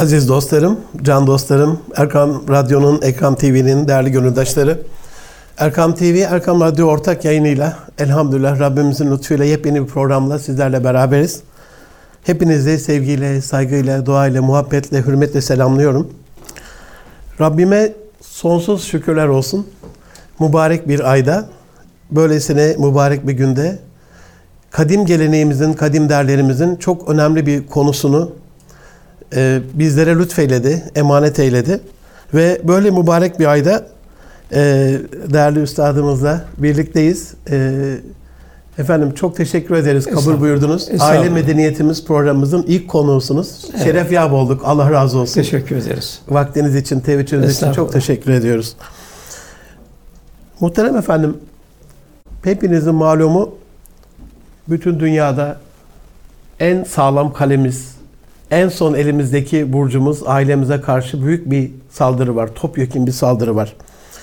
Aziz dostlarım, can dostlarım, Erkam Radyo'nun, Erkam TV'nin değerli gönüldaşları. Erkam TV, Erkam Radyo ortak yayınıyla elhamdülillah Rabbimizin lütfuyla yepyeni bir programla sizlerle beraberiz. Hepinizi sevgiyle, saygıyla, duayla, muhabbetle, hürmetle selamlıyorum. Rabbime sonsuz şükürler olsun. Mübarek bir ayda, böylesine mübarek bir günde kadim geleneğimizin, kadim değerlerimizin çok önemli bir konusunu bizlere lütfeyledi, emanet eyledi. Ve böyle mübarek bir ayda değerli üstadımızla birlikteyiz. Efendim çok teşekkür ederiz. Kabul buyurdunuz. Aile Medeniyetimiz programımızın ilk konuğusunuz. Evet. Şeref yap olduk. Allah razı olsun. Teşekkür ederiz. Vaktiniz için, teveccühünüz için çok teşekkür ediyoruz. Muhterem efendim, hepinizin malumu bütün dünyada en sağlam kalemiz, en son elimizdeki burcumuz, ailemize karşı büyük bir saldırı var. Topyekün bir saldırı var.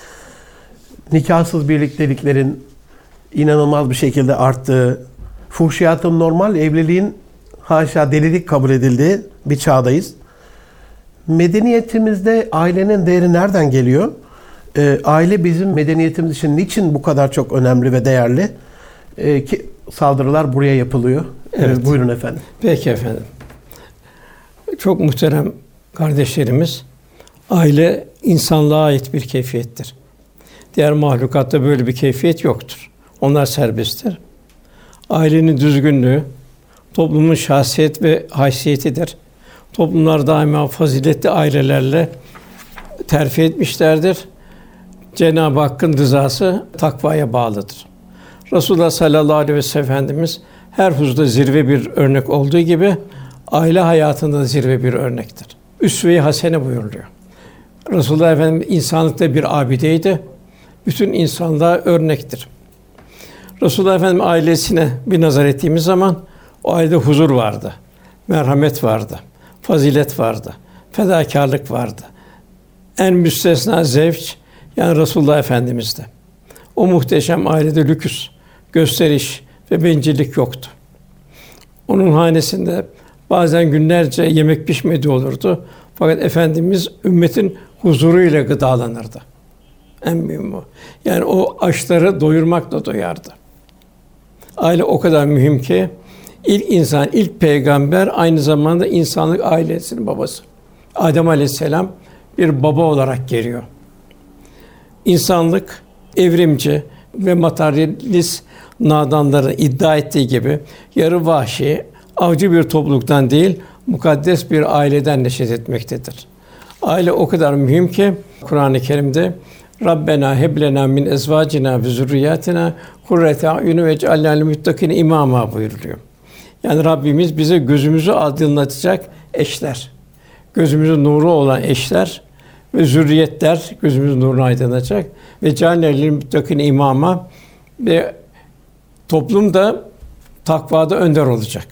Nikahsız birlikteliklerin inanılmaz bir şekilde arttığı, fuhşiyatın normal, evliliğin haşa delilik kabul edildiği bir çağdayız. Medeniyetimizde ailenin değeri nereden geliyor? Aile bizim medeniyetimiz için niçin bu kadar çok önemli ve değerli? Ki saldırılar buraya yapılıyor. Evet. Buyurun efendim. Peki efendim. Çok muhterem kardeşlerimiz, aile insanlığa ait bir keyfiyettir. Diğer mahlukatta böyle bir keyfiyet yoktur. Onlar serbesttir. Ailenin düzgünlüğü, toplumun şahsiyet ve haysiyetidir. Toplumlar daima faziletli ailelerle terfi etmişlerdir. Cenab-ı Hakk'ın rızası takvaya bağlıdır. Resulullah sallallahu aleyhi ve sellem Efendimiz her hususda zirve bir örnek olduğu gibi aile hayatında da zirve bir örnektir. Üsve-i hasene buyuruluyor. Resulullah Efendimiz insanlıkta bir abideydi. Bütün insanlığa örnektir. Resulullah Efendimiz ailesine bir nazar ettiğimiz zaman o ailede huzur vardı, merhamet vardı, fazilet vardı, fedakârlık vardı. En müstesna zevç yani Resulullah Efendimiz'de. O muhteşem ailede lüküs, gösteriş ve bencillik yoktu. Onun hanesinde bazen günlerce yemek pişmediği olurdu. Fakat Efendimiz ümmetin huzuruyla gıdalanırdı. En mühim o. Yani o açları doyurmakla doyardı. Aile o kadar mühim ki ilk insan, ilk peygamber aynı zamanda insanlık ailesinin babası. Adem Aleyhisselam bir baba olarak geliyor. İnsanlık evrimci ve materyalist nadanların iddia ettiği gibi yarı vahşi, avcı bir topluluktan değil, mukaddes bir aileden neşet etmektedir. Aile o kadar mühim ki Kur'an-ı Kerim'de Rabbena heb lena min ezvacina ve zurriyatina kurrete a'yun vec'alna lil muttaqine imama buyuruluyor. Yani Rabbimiz bize gözümüzü aydınlatacak eşler, gözümüzün nuru olan eşler ve zürriyetler gözümüzün nurunu aydınlatacak ve cealna lil muttaqine imama ve toplum da takvada önder olacak.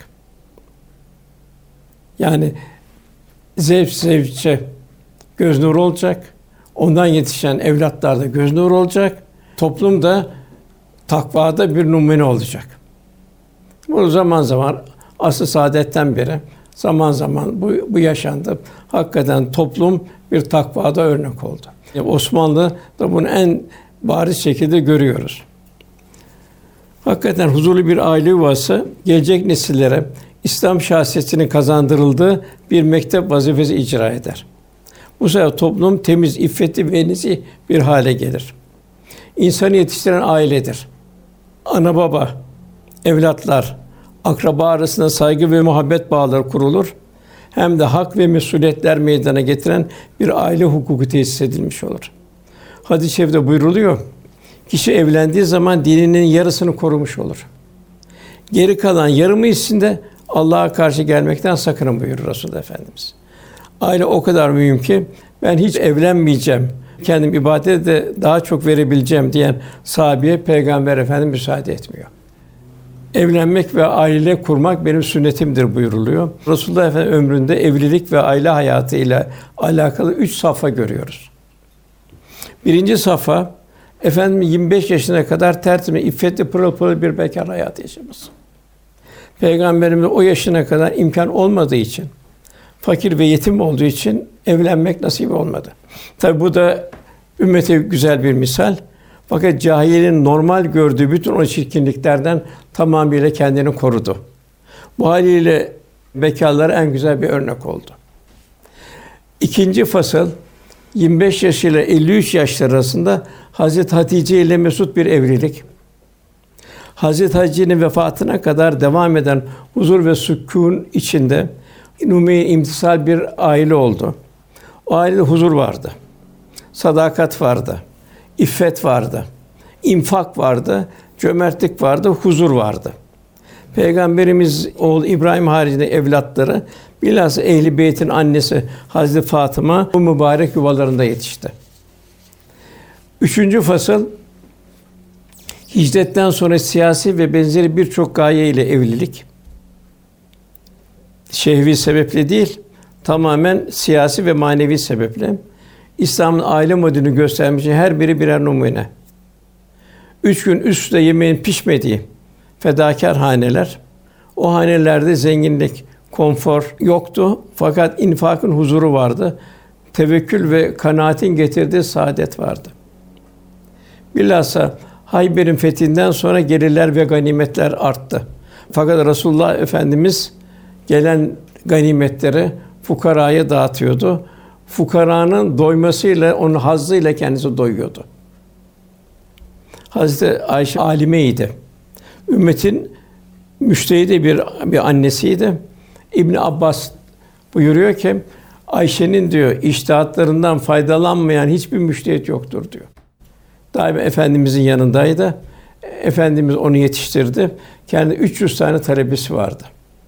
Yani zevçe göz nuru olacak. Ondan yetişen evlatlar da göz nuru olacak. Toplum da takvada bir numune olacak. Bu zaman zaman asr-ı saadetten beri zaman zaman bu yaşandı. Hakikaten toplum bir takvada örnek oldu. Osmanlı da bunu en bariz şekilde görüyoruz. Hakikaten huzurlu bir aile yuvası gelecek nesillere İslam şahsiyetinin kazandırıldığı bir mektep vazifesi icra eder. Bu sefer toplum temiz, iffetli ve nezih bir hale gelir. İnsanı yetiştiren ailedir. Ana baba, evlatlar, akraba arasında saygı ve muhabbet bağları kurulur. Hem de hak ve mesuliyetler meydana getiren bir aile hukuku tesis edilmiş olur. Hadis-i şerifte buyruluyor. Kişi evlendiği zaman dininin yarısını korumuş olur. Geri kalan yarımı içinde Allah'a karşı gelmekten sakının buyurur Resulullah Efendimiz. Aile o kadar mühim ki ben hiç evlenmeyeceğim, kendim ibadete de daha çok verebileceğim diyen sahabeye Peygamber Efendimiz müsaade etmiyor. Evlenmek ve aile kurmak benim sünnetimdir buyuruluyor. Resulullah Efendimiz ömründe evlilik ve aile hayatı ile alakalı 3 safha görüyoruz. Birinci safha Efendimiz 25 yaşına kadar tertemiz, iffetli, pırıl pırıl bir bekâr hayatı yaşaması. Peygamberimiz o yaşına kadar imkân olmadığı için fakir ve yetim olduğu için evlenmek nasip olmadı. Tabi bu da ümmete güzel bir misal. Fakat cahilin normal gördüğü bütün o çirkinliklerden tamamıyla kendini korudu. Bu haliyle bekârlara en güzel bir örnek oldu. İkinci fasıl 25 yaş ile 53 yaşlar arasında Hazreti Hatice ile mesut bir evlilik. Hazreti Hatice'nin vefatına kadar devam eden huzur ve sükûn içinde umumi imtisal bir aile oldu. O ailede huzur vardı. Sadakat vardı. İffet vardı. İnfak vardı. Cömertlik vardı. Huzur vardı. Peygamberimiz oğlu İbrahim haricinde evlatları bilhassa Ehl-i Beyt'in annesi Hazreti Fatıma bu mübarek yuvalarında yetişti. Üçüncü fasıl hicretten sonra siyasi ve benzeri birçok gaye ile evlilik. Şehvi sebeple değil, tamamen siyasi ve manevi sebeple. İslam'ın aile modelini göstermiş her biri birer numune. 3 gün üst üste yemeğin pişmediği fedakâr haneler, o hanelerde zenginlik, konfor yoktu fakat infakın huzuru vardı. Tevekkül ve kanaatin getirdiği saadet vardı. Bilhassa Hayber'in fethinden sonra gelirler ve ganimetler arttı. Fakat Resulullah Efendimiz gelen ganimetleri fukaraya dağıtıyordu. Fukaranın doymasıyla, onun hazzıyla kendisi doyuyordu. Hazreti Ayşe alimeydi. Ümmetin müçtehidi bir annesiydi. İbn Abbas buyuruyor ki Ayşe'nin diyor içtihatlarından faydalanmayan hiçbir müçtehit yoktur diyor. Daima Efendimizin yanındaydı. Efendimiz onu yetiştirdi. Kendi 300 tane talebesi vardı.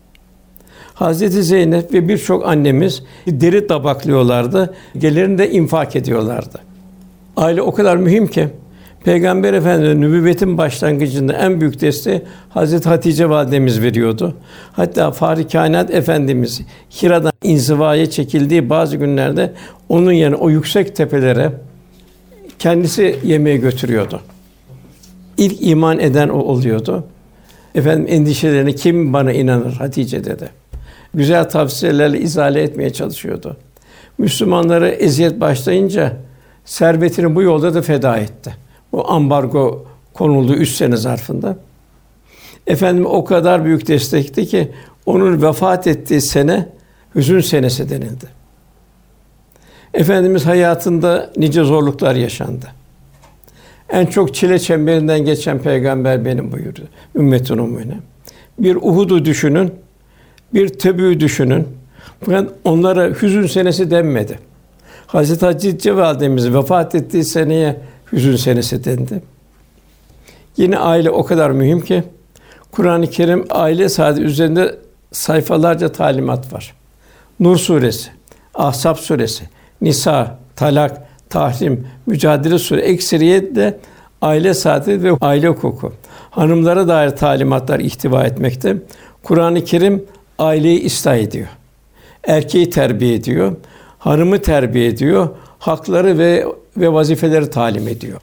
Hazreti Zeynep ve birçok annemiz deri tabaklıyorlardı. Gelirini de infak ediyorlardı. Aile o kadar mühim ki Peygamber Efendimiz nübüvvetin başlangıcında en büyük desteği Hazreti Hatice validemiz veriyordu. Hatta Fâhr-ı Kâinat Efendimiz Hira'dan inzivaya çekildiği bazı günlerde onun yerine o yüksek tepelere kendisi yemeğe götürüyordu. İlk iman eden o oluyordu. Efendim endişelerini kim bana inanır Hatice dedi. Güzel tavsiyelerle izale etmeye çalışıyordu. Müslümanlara eziyet başlayınca servetini bu yolda da feda etti. O ambargo konuldu 3 sene zarfında. Efendim o kadar büyük destekti ki onun vefat ettiği sene hüzün senesi denildi. Efendimiz hayatında nice zorluklar yaşandı. En çok çile çemberinden geçen peygamber benim buyurdu ümmetin umumine. Bir Uhud'u düşünün, bir Tebük'ü düşünün. Fakat onlara hüzün senesi denmedi. Hazreti Hatice validemiz vefat ettiği seneye hüzün senesi dendi. Yine aile o kadar mühim ki Kur'an-ı Kerim aile saadeti üzerinde sayfalarca talimat var. Nur suresi, Ahzab suresi, Nisa, Talak, Tahrim, Mücadele suresi ekseriyetle aile saadeti ve aile hukuku. Hanımlara dair talimatlar ihtiva etmekte. Kur'an-ı Kerim aileyi ıslah ediyor. Erkeği terbiye ediyor, hanımı terbiye ediyor, hakları ve vazifeleri talim ediyor.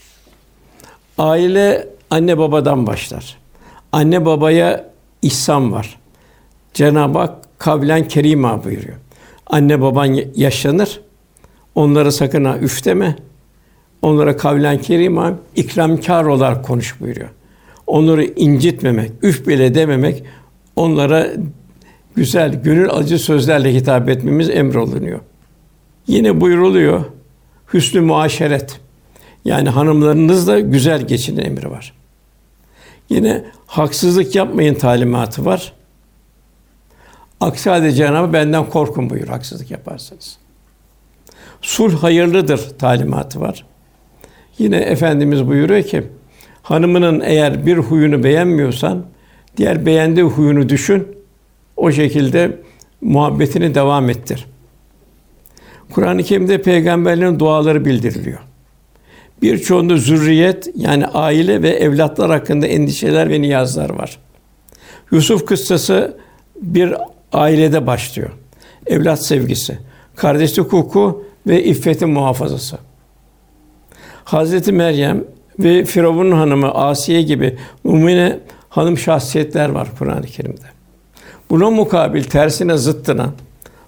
Aile anne babadan başlar. Anne babaya ihsan var. Cenab-ı Hak kavlen kerîmâ buyuruyor. Anne baban yaşlanır. Onlara sakın ha üf deme. Onlara kavlen kerîmâ, ikramkâr olarak konuş buyuruyor. Onları incitmemek, üf bile dememek, onlara güzel, gönül alıcı sözlerle hitap etmemiz emrolunuyor. Yine buyruluyor, hüsnü muaşeret. Yani hanımlarınızla güzel geçinin emri var. Yine haksızlık yapmayın talimatı var. Aksi halde Cenab-ı benden korkun buyur haksızlık yaparsanız. Sulh hayırlıdır talimatı var. Yine Efendimiz buyuruyor ki hanımının eğer bir huyunu beğenmiyorsan diğer beğendiği huyunu düşün. O şekilde muhabbetini devam ettir. Kur'an-ı Kerim'de peygamberlerin duaları bildiriliyor. Birçoğunda zürriyet yani aile ve evlatlar hakkında endişeler ve niyazlar var. Yusuf kıssası bir ailede başlıyor. Evlat sevgisi, kardeşlik hukuku ve iffetin muhafazası. Hazreti Meryem ve Firavun'un hanımı Asiye gibi mümine hanım şahsiyetler var Kur'an-ı Kerim'de. Buna mukabil tersine zıttına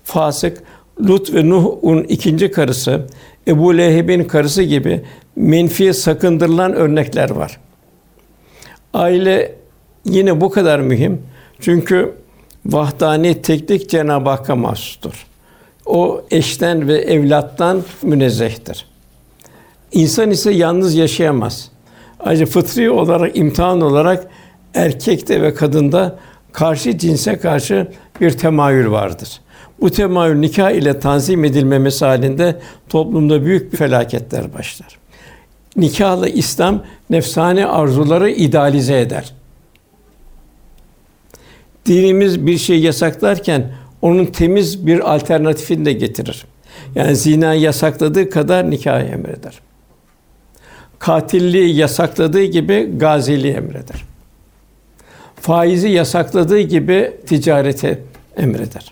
fasık, Lut ve Nuh'un ikinci karısı, Ebu Leheb'in karısı gibi menfi sakındırılan örnekler var. Aile yine bu kadar mühim. Çünkü vahdani teklik Cenab-ı Hakk'a mahsustur. O eşten ve evlattan münezzehtir. İnsan ise yalnız yaşayamaz. Ayrıca fıtri olarak, imtihan olarak erkekte ve kadında karşı cinse karşı bir temayül vardır. Bu temayül nikâh ile tanzim edilmemesi halinde toplumda büyük bir felaketler başlar. Nikâhla İslam nefsani arzuları idealize eder. Dinimiz bir şey yasaklarken onun temiz bir alternatifini de getirir. Yani zinayı yasakladığı kadar nikâhı emreder. Katilliği yasakladığı gibi gaziliği emreder. Faizi yasakladığı gibi ticareti emreder.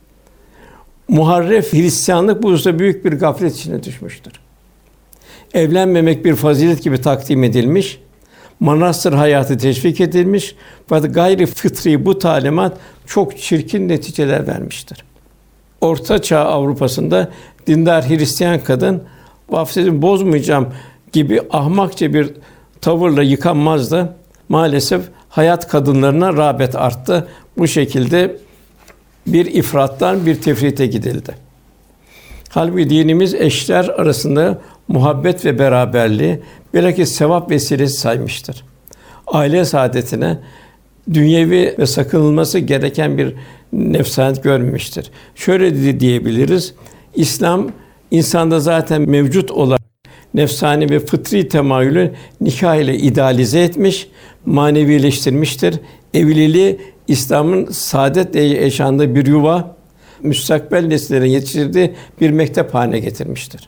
Muharref Hristiyanlık bu hususta büyük bir gaflet içine düşmüştür. Evlenmemek bir fazilet gibi takdim edilmiş, manastır hayatı teşvik edilmiş fakat gayri fıtri bu talimat çok çirkin neticeler vermiştir. Orta Çağ Avrupa'sında dindar Hristiyan kadın vaftizimi bozmayacağım gibi ahmakça bir tavırla yıkanmazdı. Maalesef hayat kadınlarına rağbet arttı. Bu şekilde bir ifrattan bir tefrite gidildi. Halbuki dinimiz eşler arasında muhabbet ve beraberliği bilakis sevap vesilesi saymıştır. Aile saadetine dünyevi ve sakınılması gereken bir nefsaniyet görmemiştir. Şöyle de diyebiliriz: İslam insanda zaten mevcut olarak nefsani ve fıtri temayülü nikâh ile idealize etmiş, manevileştirmiştir. Evliliği İslam'ın saadetle yaşandığı bir yuva, müstakbel nesillerin yetiştirdiği bir mektep haline getirmiştir.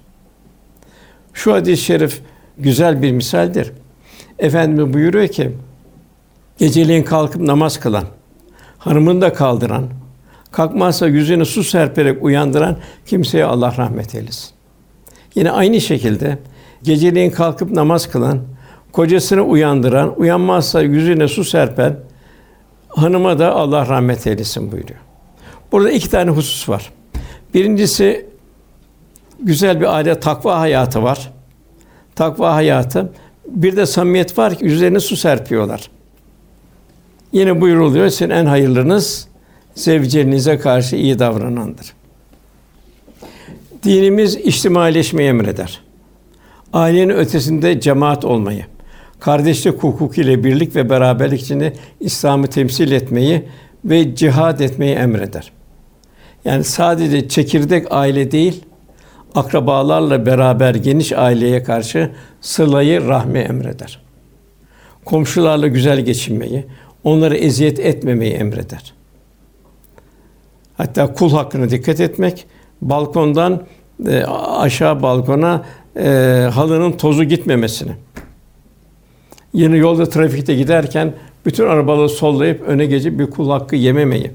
Şu hadis-i şerif güzel bir misaldir. Efendimiz buyuruyor ki, geceleyin kalkıp namaz kılan, hanımını da kaldıran, kalkmazsa yüzüne su serperek uyandıran kimseye Allah rahmet eylesin. Yine aynı şekilde geceleyin kalkıp namaz kılan, kocasını uyandıran, uyanmazsa yüzüne su serpen hanıma da Allah rahmet eylesin buyuruyor. Burada iki tane husus var. Birincisi, güzel bir aile, takva hayatı var. Takva hayatı. Bir de samimiyet var ki yüzlerine su serpiyorlar. Yine buyuruluyor, sizin en hayırlınız zevcenize karşı iyi davranandır. Dinimiz içtimaileşmeyi emreder. Ailenin ötesinde cemaat olmayı, kardeşlik hukuku ile birlik ve beraberlik içinde İslam'ı temsil etmeyi ve cihad etmeyi emreder. Yani sadece çekirdek aile değil, akrabalarla beraber geniş aileye karşı sıla-i rahmi emreder. Komşularla güzel geçinmeyi, onlara eziyet etmemeyi emreder. Hatta kul hakkına dikkat etmek, balkondan aşağı balkona halının tozu gitmemesini. Yine yolda trafikte giderken bütün arabaları sollayıp öne geçip bir kul hakkı yememeyi.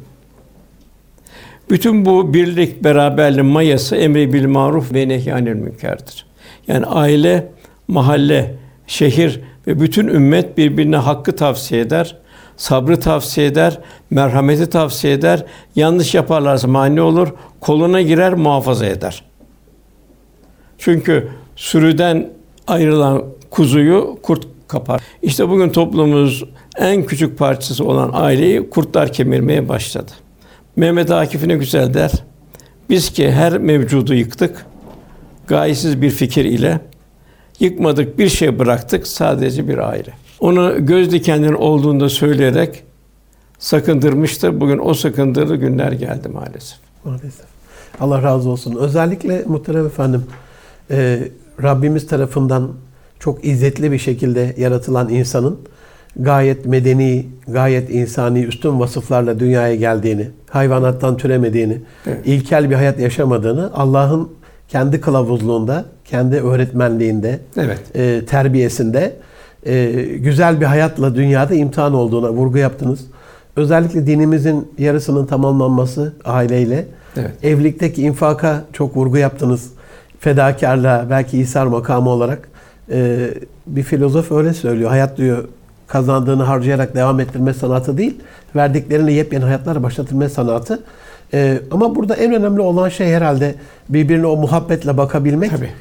Bütün bu birlik, beraberlik mayası emri bil maruf ve nehyanil münkerdir. Yani aile, mahalle, şehir ve bütün ümmet birbirine hakkı tavsiye eder, sabrı tavsiye eder, merhameti tavsiye eder. Yanlış yaparlarsa mani olur, koluna girer, muhafaza eder. Çünkü sürüden ayrılan kuzuyu kurt kapar. İşte bugün toplumumuz en küçük parçası olan aileyi kurtlar kemirmeye başladı. Mehmet Akif ne güzel der: biz ki her mevcudu yıktık, gayesiz bir fikir ile yıkmadık, bir şey bıraktık, sadece bir aile. Onu göz dikenlerin olduğunda söyleyerek sakındırmıştı. Bugün o sakındırdığı günler geldi maalesef. Maalesef. Allah razı olsun. Özellikle muhterem efendim, Rabbimiz tarafından çok izzetli bir şekilde yaratılan insanın gayet medeni, gayet insani, üstün vasıflarla dünyaya geldiğini, hayvanattan türemediğini, evet, ilkel bir hayat yaşamadığını, Allah'ın kendi kılavuzluğunda, kendi öğretmenliğinde, evet, terbiyesinde güzel bir hayatla dünyada imtihan olduğuna vurgu yaptınız. Özellikle dinimizin yarısının tamamlanması aileyle, evet, evlilikteki infaka çok vurgu yaptınız. Fedakarlığa, belki İsar makamı olarak bir filozof öyle söylüyor. Hayat diyor, kazandığını harcayarak devam ettirme sanatı değil, verdiklerini yepyeni hayatlar başlatılma sanatı. Ama burada en önemli olan şey herhalde birbirine o muhabbetle bakabilmek. Tabii.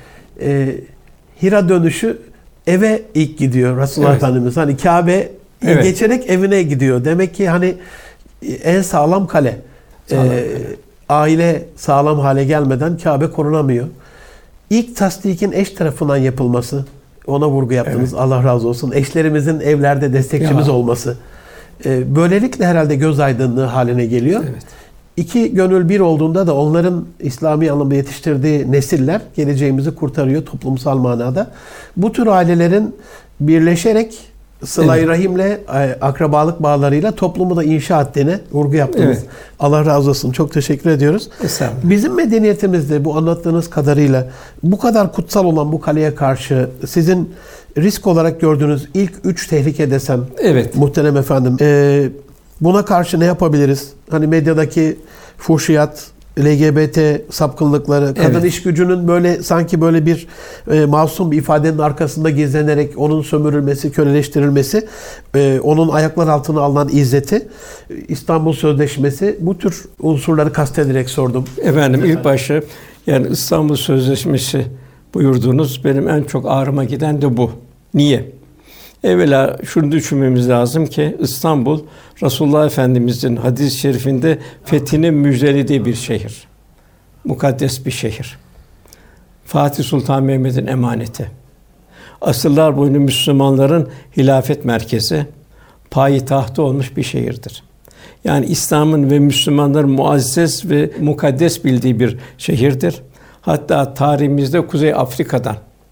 Hira dönüşü eve ilk gidiyor Resulullah Evet. Efendimiz. Hani Kabe Evet. geçerek evine gidiyor. Demek ki hani en sağlam kale. Sağlam kale. Aile sağlam hale gelmeden Kabe korunamıyor. İlk tasdikin eş tarafından yapılması, ona vurgu yaptınız. Evet. Allah razı olsun. Eşlerimizin evlerde destekçimiz Ya. olması. Böylelikle herhalde göz aydınlığı haline geliyor. Evet. İki gönül bir olduğunda da onların İslami anlamda yetiştirdiği nesiller geleceğimizi kurtarıyor toplumsal manada. Bu tür ailelerin birleşerek sıla-i Evet. rahimle, akrabalık bağlarıyla toplumu da inşa ettiğine vurgu yaptınız. Evet. Allah razı olsun. Çok teşekkür ediyoruz. Estağfurullah. Bizim medeniyetimizde bu anlattığınız kadarıyla bu kadar kutsal olan bu kaleye karşı sizin risk olarak gördüğünüz ilk 3 tehlike desem, Evet. muhterem efendim, buna karşı ne yapabiliriz? Hani medyadaki fuhşiyat, LGBT sapkınlıkları, kadın Evet. iş gücünün böyle sanki böyle bir masum bir ifadenin arkasında gizlenerek onun sömürülmesi, köleleştirilmesi, onun ayaklar altına alınan izzeti, İstanbul Sözleşmesi, bu tür unsurları kastederek sordum. Efendim ilk başta yani İstanbul Sözleşmesi buyurduğunuz benim en çok ağrıma giden de bu. Niye? Evvela şunu düşünmemiz lazım ki İstanbul Resulullah Efendimizin hadis-i şerifinde fethini müjdelediği bir şehir. Mukaddes bir şehir. Fatih Sultan Mehmet'in emaneti. Asırlar boyunca Müslümanların hilafet merkezi, payitahtı olmuş bir şehirdir. Yani İslam'ın ve Müslümanların muazzez ve mukaddes bildiği bir şehirdir. Hatta tarihimizde Kuzey Afrika'dan,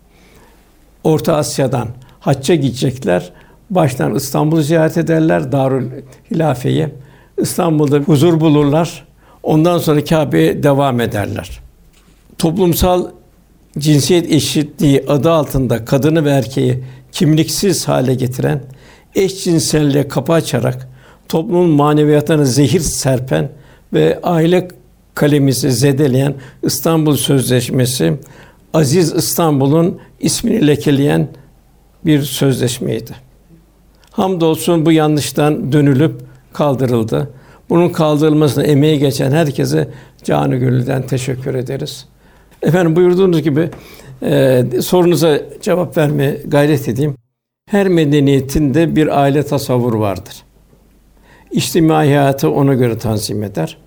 Orta Asya'dan hacca gidecekler. Baştan İstanbul'u ziyaret ederler, Darül Hilafe'yi. İstanbul'da huzur bulurlar. Ondan sonra Kâbe'ye devam ederler. Toplumsal cinsiyet eşitliği adı altında kadını ve erkeği kimliksiz hale getiren, eşcinselliğe kapı açarak toplumun maneviyatına zehir serpen ve aile kalemimizi zedeleyen İstanbul Sözleşmesi, Aziz İstanbul'un ismini lekeleyen bir sözleşmeydi. Hamdolsun bu yanlıştan dönülüp kaldırıldı. Bunun kaldırılmasına emeği geçen herkese canı gönülden teşekkür ederiz. Efendim buyurduğunuz gibi sorunuza cevap vermeye gayret edeyim. Her medeniyetin de bir aile tasavvuru vardır. İçtimai hayatı ona göre tanzim eder.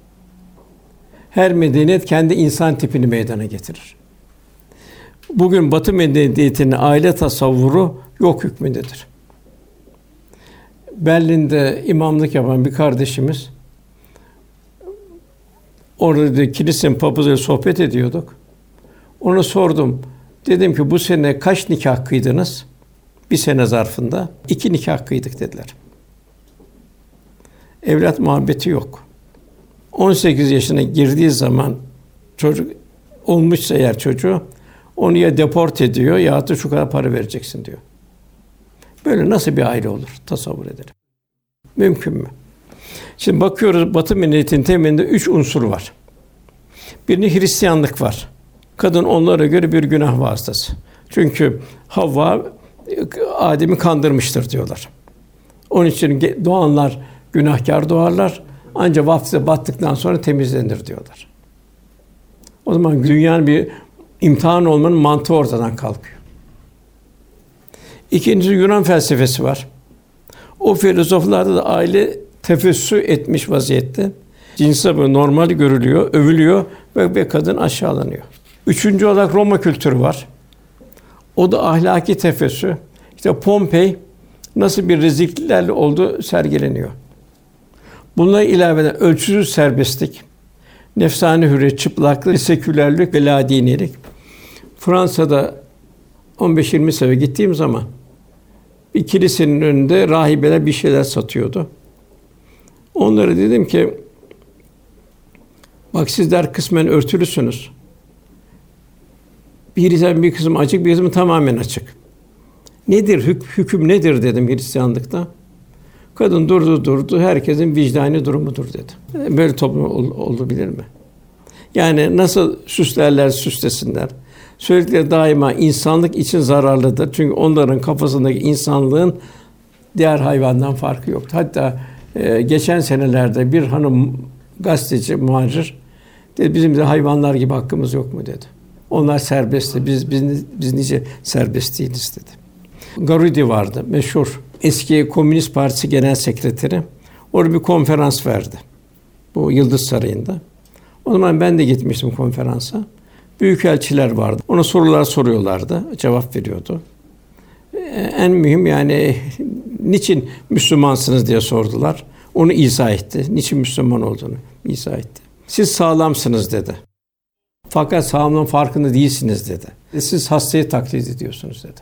Her medeniyet kendi insan tipini meydana getirir. Bugün Batı medeniyetinin aile tasavvuru yok hükmündedir. Berlin'de imamlık yapan bir kardeşimiz, orada kilisenin papazıyla sohbet ediyorduk. Ona sordum. Dedim ki bu sene kaç nikah kıydınız? Bir sene zarfında 2 nikah kıydık dediler. Evlat muhabbeti yok. 18 yaşına girdiği zaman çocuk olmuşsa eğer çocuğu onu ya deport ediyor ya da şu kadar para vereceksin diyor. Böyle nasıl bir aile olur? Tasavvur edelim. Mümkün mü? Şimdi bakıyoruz Batı medeniyetinin temelinde 3 unsur var. Birinci Hristiyanlık var. Kadın onlara göre bir günah vasıtası. Çünkü Havva Adem'i kandırmıştır diyorlar. Onun için doğanlar günahkar doğarlar. Ancak vaftize battıktan sonra temizlenir diyorlar. O zaman dünyanın bir imtihan olmanın mantığı ortadan kalkıyor. İkincisi Yunan felsefesi var. O filozoflarda da aile tefessü etmiş vaziyette. Cinsel böyle normal görülüyor, övülüyor ve kadın aşağılanıyor. Üçüncü olarak Roma kültürü var. O da ahlaki tefessü. İşte Pompei nasıl bir rezilliklerle olduğu sergileniyor. Bunlara ilaveden ölçüsüz serbestlik, nefsani hürriyet, çıplaklık, sekülerlik ve ladinilik. Fransa'da 15-20 sene gittiğim zaman bir kilisenin önünde rahibeler bir şeyler satıyordu. Onlara dedim ki, bak sizler kısmen örtülüsünüz. Bir kısım açık, bir kısım tamamen açık. Nedir hüküm nedir dedim Hristiyanlıkta. Kadın durdu. Herkesin vicdani durumudur dedi. Böyle toplum olabilir mi? Yani nasıl süslerler süslesinler. Söyledikleri daima insanlık için zararlıdır. Çünkü onların kafasındaki insanlığın diğer hayvandan farkı yoktu. Hatta geçen senelerde bir hanım gazeteci, muhacir dedi, bizim de hayvanlar gibi hakkımız yok mu dedi. Onlar serbestti. Biz nice serbest değiliz dedi. Garudi vardı, meşhur. Eski Komünist Partisi Genel Sekreteri. Orada bir konferans verdi. Bu Yıldız Sarayı'nda. O zaman ben de gitmiştim konferansa. Büyükelçiler vardı. Ona sorular soruyorlardı. Cevap veriyordu. En mühim yani niçin Müslümansınız diye sordular. Onu izah etti. Niçin Müslüman olduğunu izah etti. Siz sağlamsınız dedi. Fakat sağlamlığın farkında değilsiniz dedi. Siz hastayı taklit ediyorsunuz dedi.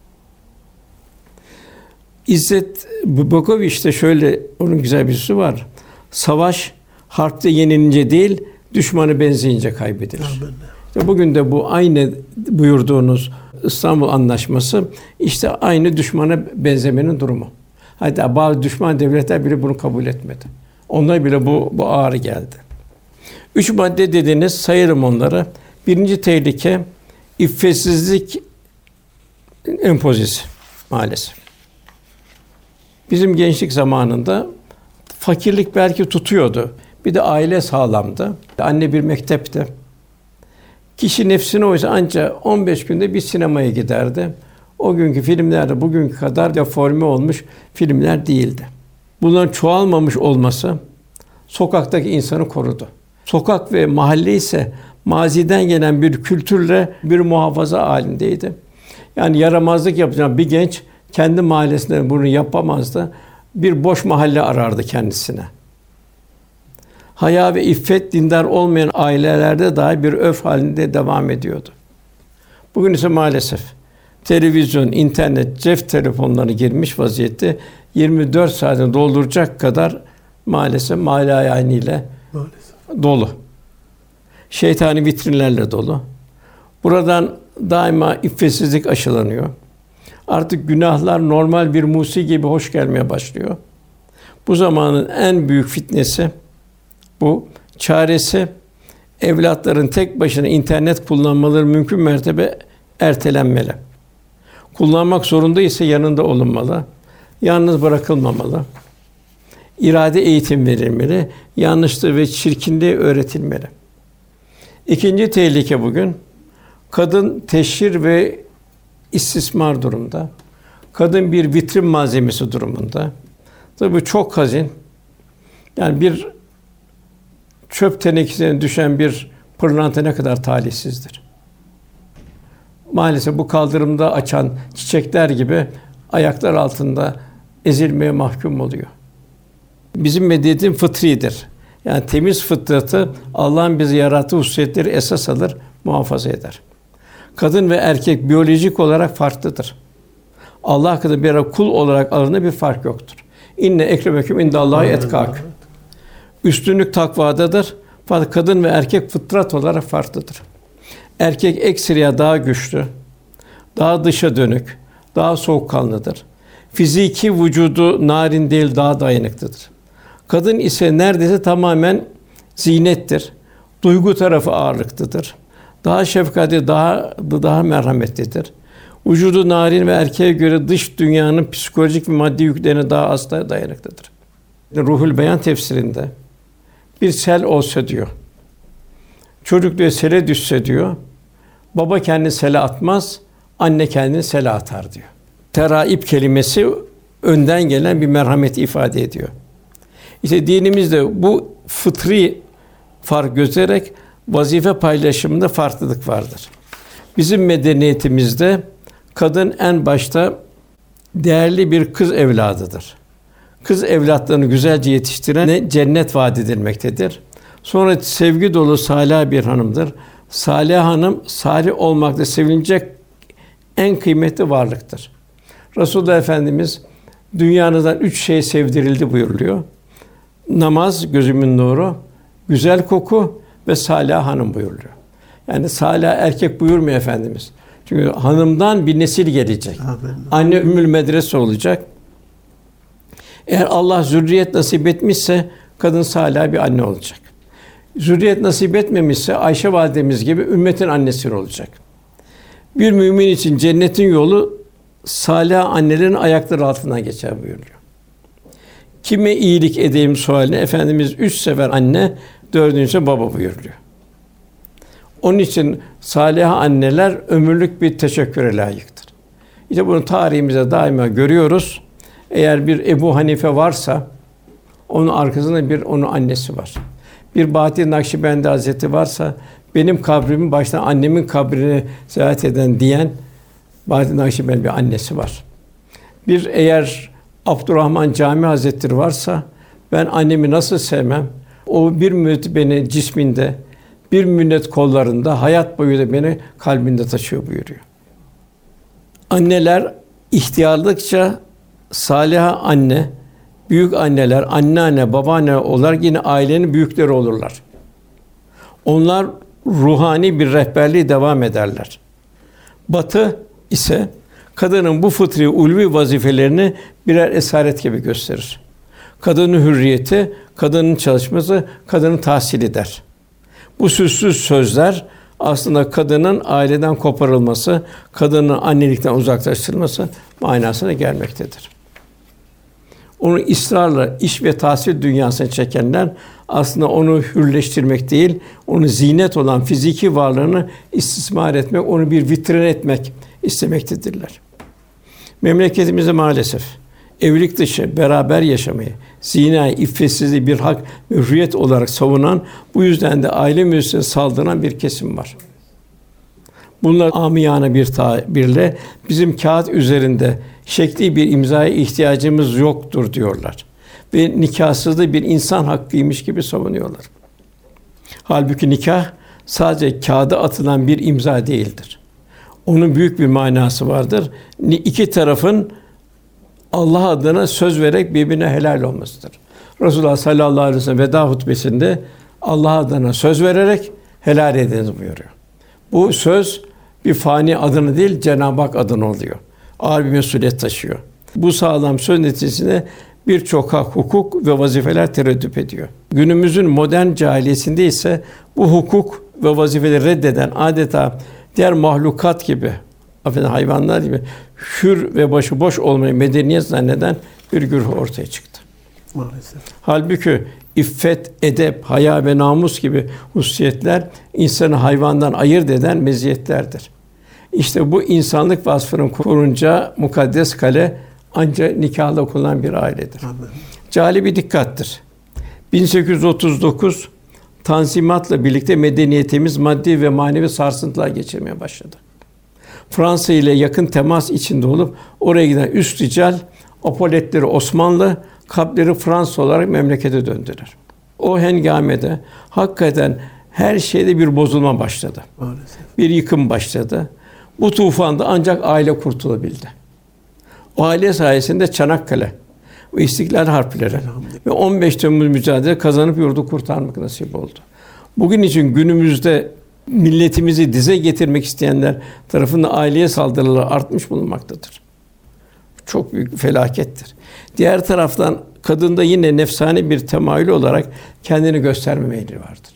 İzzet Bukoviç'te şöyle onun güzel bir sözü var. Savaş harpte yenilince değil, düşmanı benzeyince kaybedilir. Bugün de bu aynı buyurduğunuz İstanbul Anlaşması işte aynı düşmana benzemenin durumu. Hatta bazı düşman devletler bile bunu kabul etmedi. Onlar bile bu ağrı geldi. 3 madde dediğiniz sayarım onları. Birinci tehlike iffetsizlik empozisi maalesef. Bizim gençlik zamanında fakirlik belki tutuyordu. Bir de aile sağlamdı. Anne bir mektepti. Kişi nefsine oysa ancak 15 günde bir sinemaya giderdi. O günkü filmler de bugünkü kadar deforme olmuş filmler değildi. Bunların çoğalmamış olması sokaktaki insanı korudu. Sokak ve mahalle ise maziden gelen bir kültürle bir muhafaza halindeydi. Yani yaramazlık yapacak bir genç kendi mahallesinde bunu yapamazdı. Bir boş mahalle arardı kendisine. Haya ve iffet dindar olmayan ailelerde dahi bir öf halinde devam ediyordu. Bugün ise maalesef televizyon, internet, cep telefonları girmiş vaziyette 24 saatini dolduracak kadar maalesef mâlâyâniyle dolu. Şeytani vitrinlerle dolu. Buradan daima iffetsizlik aşılanıyor. Artık günahlar normal bir musiki gibi hoş gelmeye başlıyor. Bu zamanın en büyük fitnesi bu. Çaresi evlatların tek başına internet kullanmaları mümkün mertebe ertelenmeli. Kullanmak zorunda ise yanında olunmalı. Yalnız bırakılmamalı. İrade eğitim verilmeli. Yanlışlığı ve çirkinliği öğretilmeli. İkinci tehlike bugün kadın teşhir ve istismar durumda. Kadın bir vitrin malzemesi durumunda. Tabii bu çok hazin. Yani bir çöp tenekesine düşen bir pırlanta ne kadar talihsizdir. Maalesef bu kaldırımda açan çiçekler gibi ayaklar altında ezilmeye mahkum oluyor. Bizim medeniyetin fıtridir. Yani temiz fıtratı Allah'ın bizi yarattığı hususiyetleri esas alır, muhafaza eder. Kadın ve erkek biyolojik olarak farklıdır. Allah katında bir kul olarak arasında bir fark yoktur. İnne ekremeküm indallahi etkâküm. Üstünlük takvadadır. Fakat kadın ve erkek fıtrat olarak farklıdır. Erkek ekseriya daha güçlü, daha dışa dönük, daha soğukkanlıdır. Fiziki vücudu narin değil, daha dayanıklıdır. Kadın ise neredeyse tamamen zinettir. Duygu tarafı ağırlıklıdır. Daha şefkatli, daha merhametlidir. Vücudu narin ve erkeğe göre dış dünyanın psikolojik ve maddi yüklerine daha az dayanıklıdır. Ruhul Beyan tefsirinde bir sel olsa diyor. Çocuk diyor sele düşse diyor. Baba kendini sele atmaz, anne kendini sele atar diyor. Teraip kelimesi önden gelen bir merhamet ifade ediyor. İşte dinimizde bu fıtri fark göstererek vazife paylaşımında farklılık vardır. Bizim medeniyetimizde kadın en başta değerli bir kız evladıdır. Kız evlatlarını güzelce yetiştirene cennet vaat edilmektedir. Sonra sevgi dolu salih bir hanımdır. Salih hanım, salih olmakta sevilecek en kıymetli varlıktır. Resulullah Efendimiz dünyanızdan 3 şey sevdirildi buyuruluyor. Namaz gözümün nuru, güzel koku ve salih hanım buyuruluyor. Yani salih erkek buyurmuyor Efendimiz. Çünkü hanımdan bir nesil gelecek. Amin. Anne ümmül medrese olacak. Eğer Allah zürriyet nasip etmişse kadın salih bir anne olacak. Zürriyet nasip etmemişse Ayşe validemiz gibi ümmetin annesi olacak. Bir mümin için cennetin yolu salih annelerin ayakları altından geçer buyuruyor. Kime iyilik edeyim sualine Efendimiz 3 sefer anne, 4. baba buyuruyor. Onun için salih anneler ömürlük bir teşekküre layıktır. İşte bunu tarihimizde daima görüyoruz. Eğer bir Ebu Hanife varsa onun arkasında bir onun annesi var. Bir Bahattin Nakşibendi Hazretleri varsa benim kabrimin başına annemin kabrini ziyaret eden diyen Bahattin Nakşibendi bir annesi var. Bir eğer Abdurrahman Cami Hazretleri varsa ben annemi nasıl sevmem? O bir müddet beni cisminde, bir müddet kollarında, hayat boyu da beni kalbinde taşıyor buyuruyor. Anneler ihtiyarlıkça saliha anne, büyük anneler, anneanne, babaanne olarak yine ailenin büyükleri olurlar. Onlar ruhani bir rehberliği devam ederler. Batı ise kadının bu fıtri ulvi vazifelerini birer esaret gibi gösterir. Kadının hürriyeti, kadının çalışması, kadının tahsili der. Bu süslü sözler aslında kadının aileden koparılması, kadının annelikten uzaklaştırılması manasına gelmektedir. Onu ısrarla iş ve tahsil dünyasına çekenler aslında onu hürleştirmek değil, onu zinet olan fiziki varlığını istismar etmek, onu bir vitrin etmek istemektedirler. Memleketimizde maalesef evlilik dışı beraber yaşamayı, zinayı, iffetsizliği bir hak ve hürriyet olarak savunan, bu yüzden de aile müessesesine saldıran bir kesim var. Bunlar amiyane bir tabirle bizim kağıt üzerinde şekli bir imzaya ihtiyacımız yoktur diyorlar ve nikâhsızlığı bir insan hakkıymış gibi savunuyorlar. Halbuki nikah sadece kağıda atılan bir imza değildir. Onun büyük bir manası vardır. İki tarafın Allah adına söz vererek birbirine helal olmasıdır. Resulullah sallallahu aleyhi ve sellem veda hutbesinde Allah adına söz vererek helal ediniz buyuruyor. Bu söz bir fani adına değil, Cenab-ı Hak adına oluyor. Ağır bir mesuliyet taşıyor. Bu sağlam söz neticesinde birçok hak, hukuk ve vazifeler tereddüt ediyor. Günümüzün modern cahiliyesinde ise bu hukuk ve vazifeleri reddeden adeta diğer mahlukat gibi, hayvanlar gibi hür ve başıboş olmayı medeniyet zanneden bir güruh ortaya çıktı. Maalesef. Halbuki iffet, edep, haya ve namus gibi hususiyetler insanı hayvandan ayırt eden meziyetlerdir. İşte bu insanlık vasfının korunca mukaddes kale ancak nikâhla kurulan bir ailedir. Amin. Câli bir dikkattir. 1839 Tanzimat'la birlikte medeniyetimiz maddi ve manevi sarsıntılar geçirmeye başladı. Fransa ile yakın temas içinde olup oraya giden üst rical apoletleri Osmanlı, kalpleri Fransa olarak memlekete döndüler. O hengamede hakikaten her şeyde bir bozulma başladı. Maalesef. Bir yıkım başladı. Bu tufanda ancak aile kurtulabildi. O aile sayesinde Çanakkale ve İstiklal Harpleri ve 15 Temmuz mücadele kazanıp yurdu kurtarmak nasip oldu. Bugün için günümüzde milletimizi dize getirmek isteyenler tarafından aileye saldırılar artmış bulunmaktadır. Çok büyük bir felakettir. Diğer taraftan kadında yine nefsani bir temayül olarak kendini gösterme meyli vardır.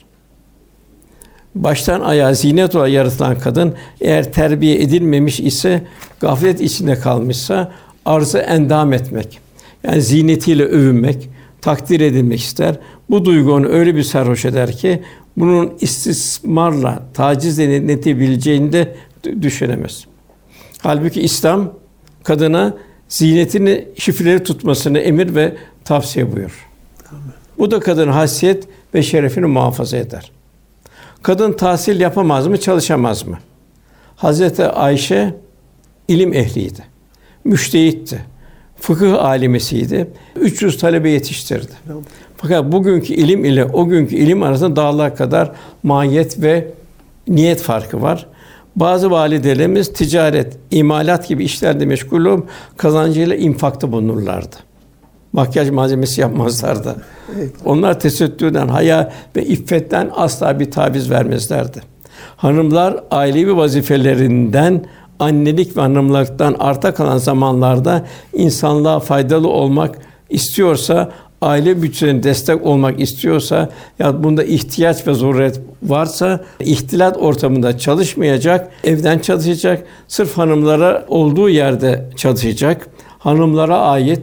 Baştan ayağa zinet olarak yaratılan kadın eğer terbiye edilmemiş ise, gaflet içinde kalmışsa arzı endam etmek, yani zinetiyle övünmek, takdir edilmek ister. Bu duygu onu öyle bir sarhoş eder ki bunun istismarla, tacizle yönetilebileceğini de düşünemez. Halbuki İslam kadına zinetini, şifreleri tutmasını emir ve tavsiye buyurur. Bu da kadının haysiyet ve şerefini muhafaza eder. Kadın tahsil yapamaz mı, çalışamaz mı? Hazreti Ayşe ilim ehliydi, müştehitti, fıkıh âlimesiydi, 300 talebe yetiştirdi. Fakat bugünkü ilim ile o günkü ilim arasında dağlar kadar mahiyet ve niyet farkı var. Bazı validelerimiz ticaret, imalat gibi işlerde meşgul olup kazancıyla infakta bulunurlardı. Makyaj malzemesi yapmazlardı. Onlar tesettürden, haya ve iffetten asla bir taviz vermezlerdi. Hanımlar ailevi vazifelerinden, annelik ve hanımlıktan arta kalan zamanlarda insanlığa faydalı olmak istiyorsa, aile bütçelerine destek olmak istiyorsa ya bunda ihtiyaç ve zaruret varsa ihtilat ortamında çalışmayacak, evden çalışacak, sırf hanımlara olduğu yerde çalışacak. Hanımlara ait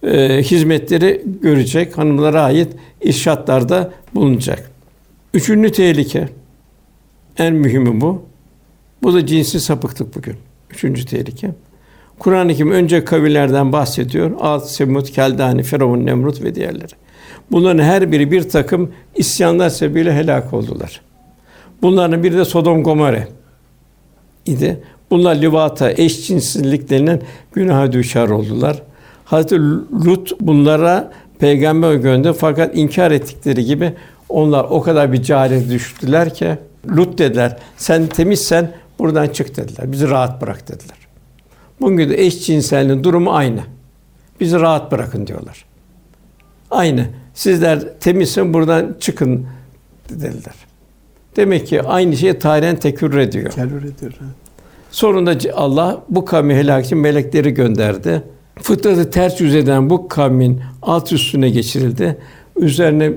hizmetleri görecek, hanımlara ait irşatlarda bulunacak. Üçüncü tehlike, en mühimi bu. Bu da cinsi sapıklık bugün. Üçüncü tehlike. Kur'an-ı Kerim önce kavillerden bahsediyor. Ad, Semud, Keldani, Firavun, Nemrut ve diğerleri. Bunların her biri bir takım isyanlar sebebiyle helak oldular. Bunların biri de Sodom Gomorre idi. Bunlar livata, eşcinsizlik denilen günaha düşer oldular. Hazreti Lut bunlara peygamber gönderdi fakat inkar ettikleri gibi onlar o kadar bir cehalete düştüler ki Lut dediler, sen temizsen buradan çık dediler. Bizi rahat bırak dediler. Bugün de eşcinselliğin durumu aynı. Bizi rahat bırakın diyorlar. Aynı. Sizler temizsin buradan çıkın dediler. Demek ki aynı şey tarihen tekrar ediyor. Tekrar ediyor. Sonunda Allah bu kavmi helak için melekleri gönderdi. Fıtratı ters yüz eden bu kavmin alt üstüne geçirildi. Üzerine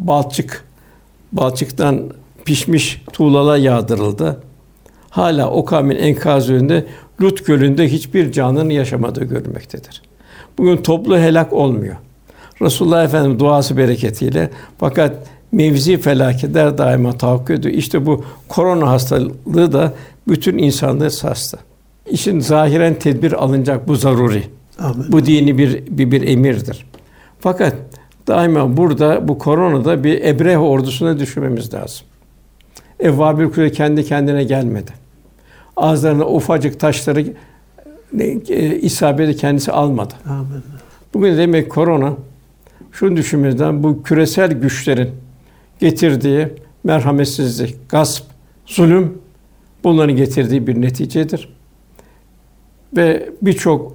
balçıktan pişmiş tuğlalar yağdırıldı. Hala o kavmin enkazı önünde Lut Gölü'nde hiçbir canlının yaşamadığı görülmektedir. Bugün toplu helak olmuyor. Resulullah Efendimiz duası bereketiyle fakat mevzi felaketler daima tahakkuk ediyor. İşte bu korona hastalığı da bütün insanlığı sarstı. İşin zahiren tedbir alınacak, bu zaruri. Amin. Bu dini bir emirdir. Fakat daima burada bu koronada bir Ebrehe ordusuna düşürmemiz lazım. Evvâbil Kule kendi kendine gelmedi. Ağızlarına ufacık taşları isabeti kendisi almadı. Amin. Bugün demek korona şunu düşünmemizden bu küresel güçlerin getirdiği merhametsizlik, gasp, zulüm bunların getirdiği bir neticedir. Ve birçok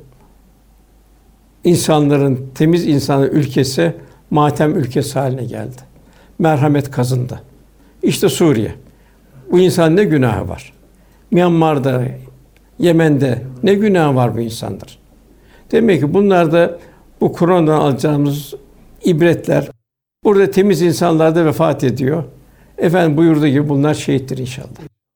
insanların, temiz insanların ülkesi matem ülkesi haline geldi. Merhamet kazındı. İşte Suriye. Bu insan ne günahı var? Myanmar'da, Yemen'de ne günahı var bu insanlar? Demek ki bunlar da bu koronadan alacağımız ibretler. Burada temiz insanlar da vefat ediyor. Efendim buyurduğu gibi bunlar şehittir inşallah.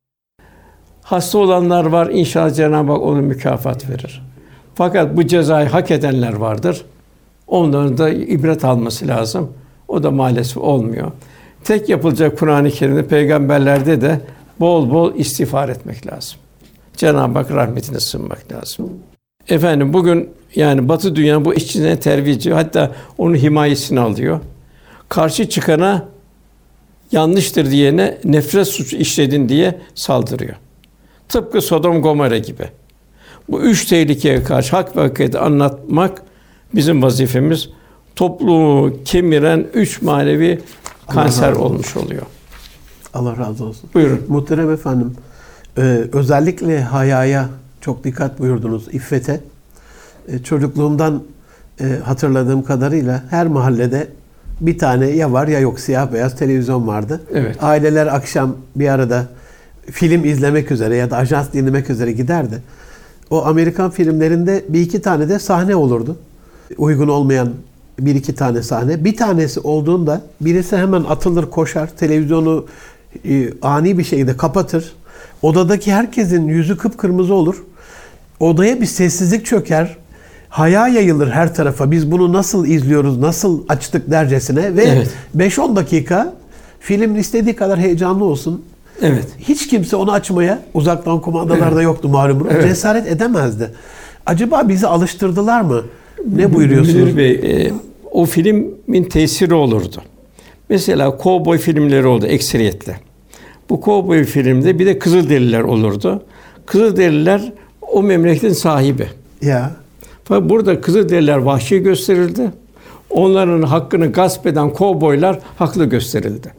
Hasta olanlar var, inşallah Cenab-ı Hak ona mükafat verir. Fakat bu cezayı hak edenler vardır. Onların da ibret alması lazım. O da maalesef olmuyor. Tek yapılacak Kur'an-ı Kerim'de, peygamberlerde de bol bol istiğfar etmek lazım. Cenab-ı Hak rahmetine sığınmak lazım. Efendim bugün yani Batı dünya bu eşcinsel terbiye, hatta onun himayesini alıyor. Karşı çıkana yanlıştır diyene nefret suçu işledin diye saldırıyor. Tıpkı Sodom Gomorre gibi. Bu üç tehlikeye karşı hak ve hakikati anlatmak bizim vazifemiz. Toplumu kemiren üç manevi kanser olmuş oluyor. Allah razı olsun. Buyurun. Muhterem efendim, özellikle hayaya çok dikkat buyurdunuz, iffete. Çocukluğumdan hatırladığım kadarıyla her mahallede bir tane ya var ya yok siyah beyaz televizyon vardı. Evet. Aileler akşam bir arada film izlemek üzere ya da ajans dinlemek üzere giderdi. O Amerikan filmlerinde bir iki tane de sahne olurdu. Uygun olmayan bir iki tane sahne. Bir tanesi olduğunda birisi hemen atılır koşar, televizyonu ani bir şekilde kapatır. Odadaki herkesin yüzü kıpkırmızı olur. Odaya bir sessizlik çöker. Haya yayılır her tarafa. Biz bunu nasıl izliyoruz, nasıl açtık dercesine ve Evet. 5-10 dakika film istediği kadar heyecanlı olsun. Evet. Hiç kimse onu açmaya, uzaktan kumandalarda yoktu malum, Evet. cesaret edemezdi. Acaba bizi alıştırdılar mı? Ne buyuruyorsunuz? Münir Bey, o filmin tesiri olurdu. Mesela kovboy filmleri oldu ekseriyetle. Bu kovboy filmde bir de Kızılderililer olurdu. Kızılderililer o memleketin sahibi. Ya. Fakat burada Kızılderililer vahşi gösterildi. Onların hakkını gasp eden kovboylar haklı gösterildi.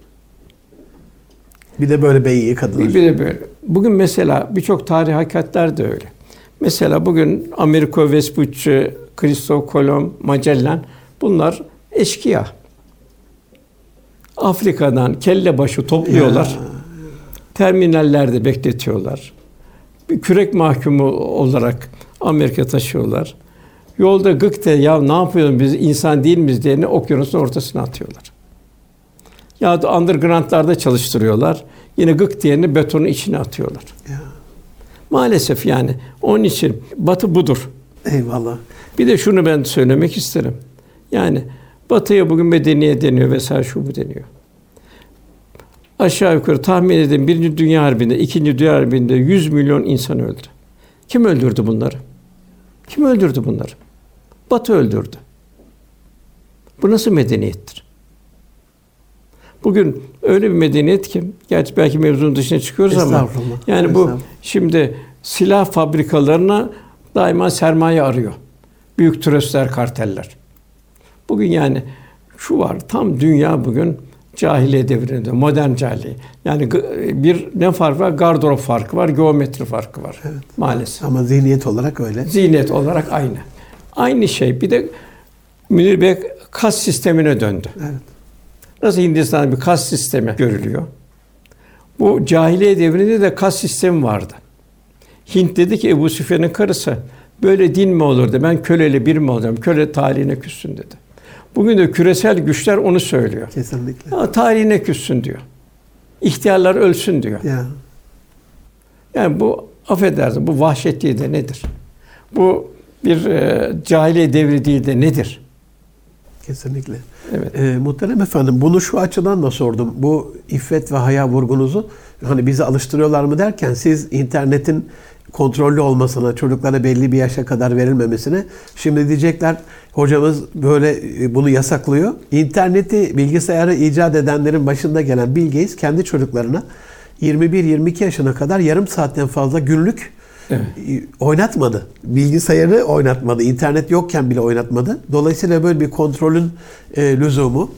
Bir de böyle beyiği kadınlar. Bir de böyle. Bugün mesela birçok tarih hakikatler de öyle. Mesela bugün Amerigo Vespucci, Christoph Kolomb, Magellan bunlar eşkıya. Afrika'dan kelle başı topluyorlar. Ya. Terminallerde bekletiyorlar. Bir kürek mahkumu olarak Amerika taşıyorlar. Yolda gıkte ya ne yapıyorsun biz insan değil miyiz diye okyanusun ortasına atıyorlar. Ya da underground'larda çalıştırıyorlar. Yine gık diyeni betonun içine atıyorlar. Ya. Maalesef yani onun için Batı budur. Eyvallah. Bir de şunu ben söylemek isterim. Yani Batı'ya bugün medeniyet deniyor vesaire şu bu deniyor. Aşağı yukarı tahmin edin Birinci Dünya Harbi'nde, İkinci Dünya Harbi'nde 100 milyon insan öldü. Kim öldürdü bunları? Kim öldürdü bunları? Batı öldürdü. Bu nasıl medeniyettir? Bugün öyle bir medeniyet ki, gerçi belki mevzunun dışına çıkıyoruz ama yani bu şimdi silah fabrikalarına daima sermaye arıyor. Büyük tröstler, karteller. Bugün yani şu var, tam dünya bugün cahiliye devrinde, modern cahiliye. Yani bir ne fark var? Gardırop farkı var, geometri farkı var maalesef. Ama zihniyet olarak öyle. Zihniyet olarak aynı. Aynı şey. Bir de Münir Bey kas sistemine döndü. Evet. Nasıl Hindistan'da bir kas sistemi görülüyor? Bu cahiliye devrinde de kas sistemi vardı. Hint dedi ki Ebu Süfyan'ın karısı, böyle din mi olur dedi. Ben köleyle bir mi olacağım? Köle tarihine küssün dedi. Bugün de küresel güçler onu söylüyor. Kesinlikle. Tarihine küssün diyor. İhtiyarlar ölsün diyor. Ya. Yani bu affedersin, bu vahşet değil de nedir? Bu bir cahiliye devri değil de nedir? Kesinlikle. Evet. Muhterem efendim, bunu şu açıdan da sordum. Bu iffet ve haya vurgunuzu hani bizi alıştırıyorlar mı derken, siz internetin kontrollü olmasına, çocuklara belli bir yaşa kadar verilmemesine, şimdi diyecekler hocamız böyle bunu yasaklıyor. İnterneti, bilgisayarı icat edenlerin başında gelen Bill Gates kendi çocuklarına 21-22 yaşına kadar yarım saatten fazla günlük oynatmadı. Bilgisayarı oynatmadı. İnternet yokken bile oynatmadı. Dolayısıyla böyle bir kontrolün lüzumu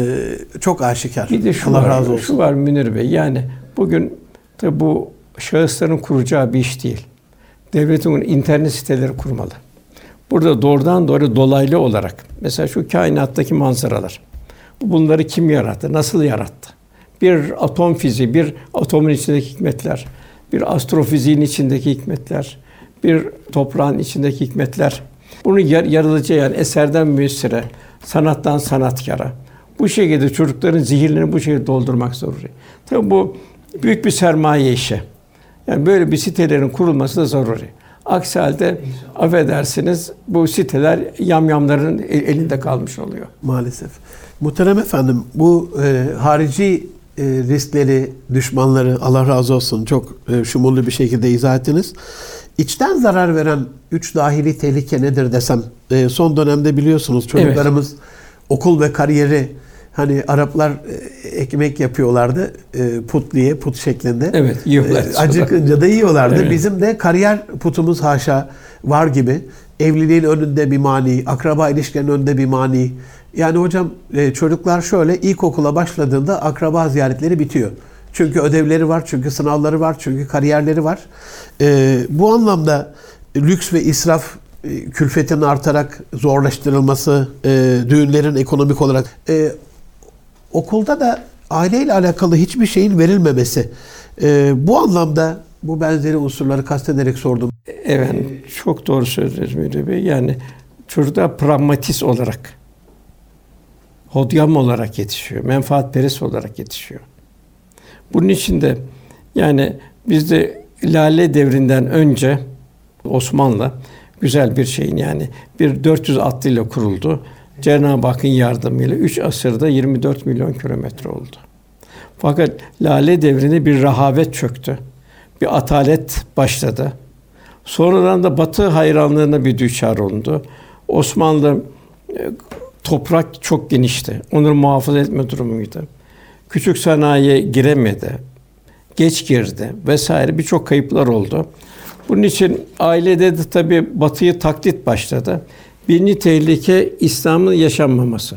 çok aşikar. Bir de şu Allah var, razı olsun. şu var Münir Bey. Yani bugün tabi bu şahısların kuracağı bir iş değil. Devletin internet siteleri kurmalı. Burada doğrudan doğru dolaylı olarak mesela şu kainattaki manzaralar. Bunları kim yarattı? Nasıl yarattı? Bir atom fiziği, bir atomun içindeki hikmetler, bir astrofiziğin içindeki hikmetler, bir toprağın içindeki hikmetler. Bunu yaratıcı yani eserden müessire, sanattan sanatkara. Bu şekilde çocukların zihinlerini bu şekilde doldurmak zaruri. Tabii bu büyük bir sermaye işi. Yani böyle bir sitelerin kurulması da zaruri. Aksi halde affedersiniz bu siteler yamyamların elinde kalmış oluyor. Maalesef. Muhterem efendim, bu harici riskleri, düşmanları Allah razı olsun çok şumurlu bir şekilde izah ettiniz. İçten zarar veren 3 dahili tehlike nedir desem, son dönemde biliyorsunuz çocuklarımız okul ve kariyeri, hani Araplar ekmek yapıyorlardı put diye, put şeklinde. Evet, yiyorlar. Acıkınca da yiyorlardı. Evet. Bizim de kariyer putumuz haşa var gibi. Evliliğin önünde bir mani, akraba ilişkilerinin önünde bir mani. Yani hocam çocuklar şöyle ilkokula başladığında akraba ziyaretleri bitiyor. Çünkü ödevleri var, çünkü sınavları var, çünkü kariyerleri var. Bu anlamda lüks ve israf külfetin artarak zorlaştırılması, düğünlerin ekonomik olarak okulda da aileyle alakalı hiçbir şeyin verilmemesi. Bu anlamda bu benzeri unsurları kastederek sordum. Evet, çok doğru söylüyorsunuz Müdür Bey. Yani çocuklar pragmatist olarak, hodyam olarak yetişiyor, menfaatperest olarak yetişiyor. Bunun için de yani bizde Lale devrinden önce Osmanlı güzel bir şeyin yani bir 400 atlıyla kuruldu. Cenab-ı Hakk'ın yardımıyla 3 asırda 24 milyon kilometre oldu. Fakat Lale devrinde bir rehavet çöktü. Bir atalet başladı. Sonradan da Batı hayranlığına bir düçar olundu. Osmanlı toprak çok genişti. Onları muhafaza etme durumuydu. Küçük sanayiye giremedi. Geç girdi vesaire birçok kayıplar oldu. Bunun için ailede de tabii Batı'yı taklit başladı. Birinci tehlike İslam'ın yaşanmaması.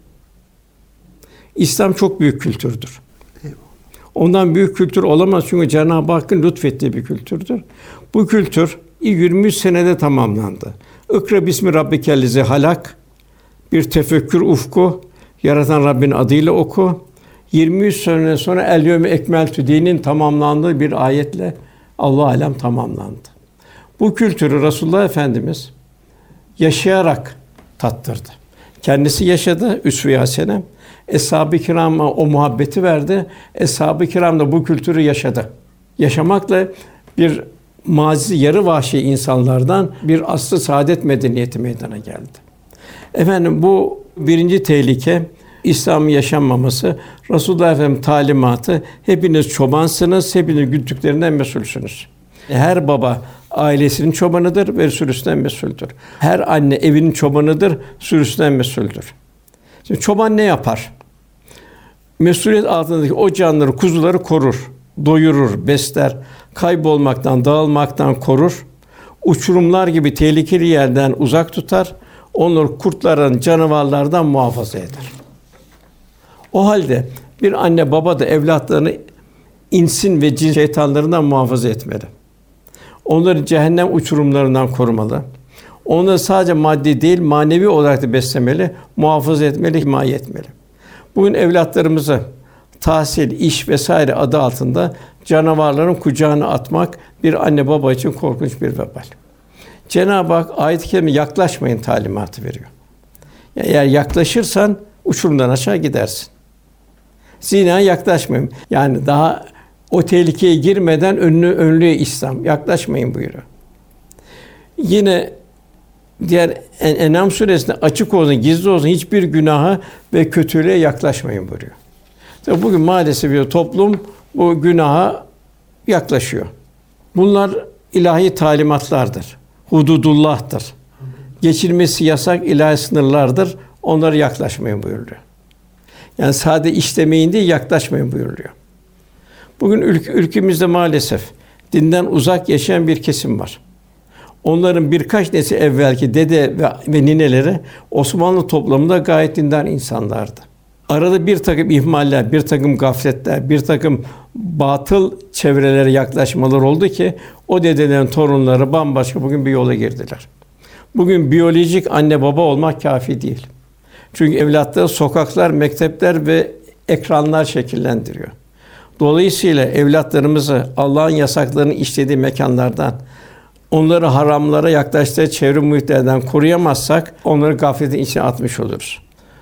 İslam çok büyük kültürdür. Ondan büyük kültür olamaz çünkü Cenab-ı Hakk'ın lütfettiği bir kültürdür. Bu kültür 23 senede tamamlandı. İkra bismi rabbikellezi halak, bir tefekkür ufku, yaratan Rabbin adıyla oku. 23 sene sonra el yevme ekmeltü dinin tamamlandığı bir ayetle Allah alem tamamlandı. Bu kültürü Resulullah Efendimiz yaşayarak tattırdı. Kendisi yaşadı, üsve-i hasene. Eshab-ı kirama o muhabbeti verdi. Eshab-ı kiram da bu kültürü yaşadı. Yaşamakla bir mazi yarı vahşi insanlardan bir asr-ı saadet medeniyeti meydana geldi. Efendim bu birinci tehlike İslam'ın yaşanmaması. Resulullah Efendimiz talimatı hepiniz çobansınız, hepiniz güttüklerinden mesulsünüz. Her baba ailesinin çobanıdır ve sürüsünden mesuldür. Her anne evinin çobanıdır, sürüsünden mesuldür. Şimdi çoban ne yapar? Mesuliyet altındaki o canları, kuzuları korur, doyurur, besler, kaybolmaktan, dağılmaktan korur. Uçurumlar gibi tehlikeli yerden uzak tutar. Onları kurtlardan, canavarlardan muhafaza eder. O halde bir anne baba da evlatlarını insin ve cin şeytanlarından muhafaza etmeli. Onları cehennem uçurumlarından korumalı. Onları sadece maddi değil, manevi olarak da beslemeli, muhafaza etmeli, himaye etmeli. Bugün evlatlarımızı tahsil, iş vesaire adı altında canavarların kucağına atmak bir anne baba için korkunç bir vebal. Cenab-ı Hak ayet-i kerime yaklaşmayın talimatı veriyor. Yani eğer yaklaşırsan uçurumdan aşağı gidersin. Zinaya yaklaşmayın. Yani daha o tehlikeye girmeden önlüyor İslam. Yaklaşmayın buyuruyor. Yine diğer En'am suresinde açık olsun, gizli olsun hiçbir günaha ve kötülüğe yaklaşmayın buyuruyor. Tabi bugün maalesef bir toplum bu günaha yaklaşıyor. Bunlar ilahi talimatlardır. Hududullah'tır. Geçilmesi yasak ilahi sınırlardır. Onlara yaklaşmayın buyuruyor. Yani sadece işlemeyin değil, yaklaşmayın buyuruyor. Bugün ülkemizde maalesef dinden uzak yaşayan bir kesim var. Onların birkaç nesil evvelki dede ve nineleri Osmanlı toplumunda gayet dindar insanlardı. Arada bir takım ihmaller, bir takım gafletler, bir takım batıl çevrelere yaklaşmalar oldu ki o dedelerin torunları bambaşka bugün bir yola girdiler. Bugün biyolojik anne baba olmak kâfi değil. Çünkü evlatları sokaklar, mektepler ve ekranlar şekillendiriyor. Dolayısıyla evlatlarımızı Allah'ın yasaklarını işlediği mekânlardan, onları haramlara yaklaştığı çevre muhitlerden koruyamazsak onları gafletin içine atmış oluruz.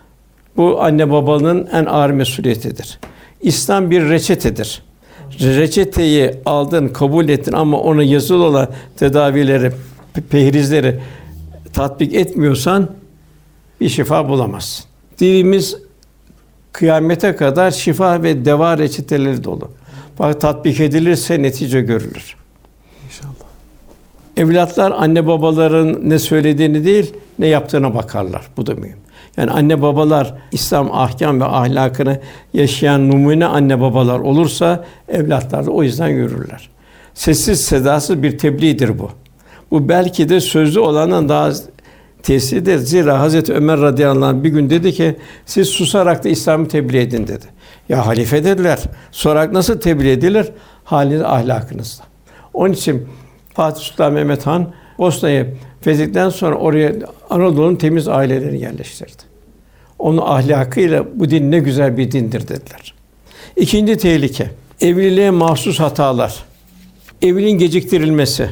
Bu anne babanın en ağır mesuliyetidir. İslam bir reçetedir. Reçeteyi aldın, kabul ettin ama ona yazılı olan tedavileri, pehrizleri tatbik etmiyorsan bir şifa bulamazsın. Dinimiz kıyamete kadar şifa ve deva reçeteleri dolu. Fakat tatbik edilirse netice görülür. İnşallah. Evlatlar anne babaların ne söylediğini değil, ne yaptığına bakarlar. Bu da mühim. Yani anne babalar İslam ahkâm ve ahlakını yaşayan numune anne babalar olursa evlatlar da o yüzden yürürler. Sessiz sedasız bir tebliğdir bu. Bu belki de sözlü olandan daha tesirlidir. Zira Hazreti Ömer radıyallahu anh bir gün dedi ki siz susarak da İslam'ı tebliğ edin dedi. Ya halife dediler. Sorarak nasıl tebliğ edilir? Haliniz ahlakınızla. Onun için Fatih Sultan Mehmet Han Bosna'yı fethettikten sonra oraya Anadolu'nun temiz aileleri yerleştirdi. Onun ahlakıyla bu din ne güzel bir dindir dediler. İkinci tehlike, evliliğe mahsus hatalar. Evliliğin geciktirilmesi.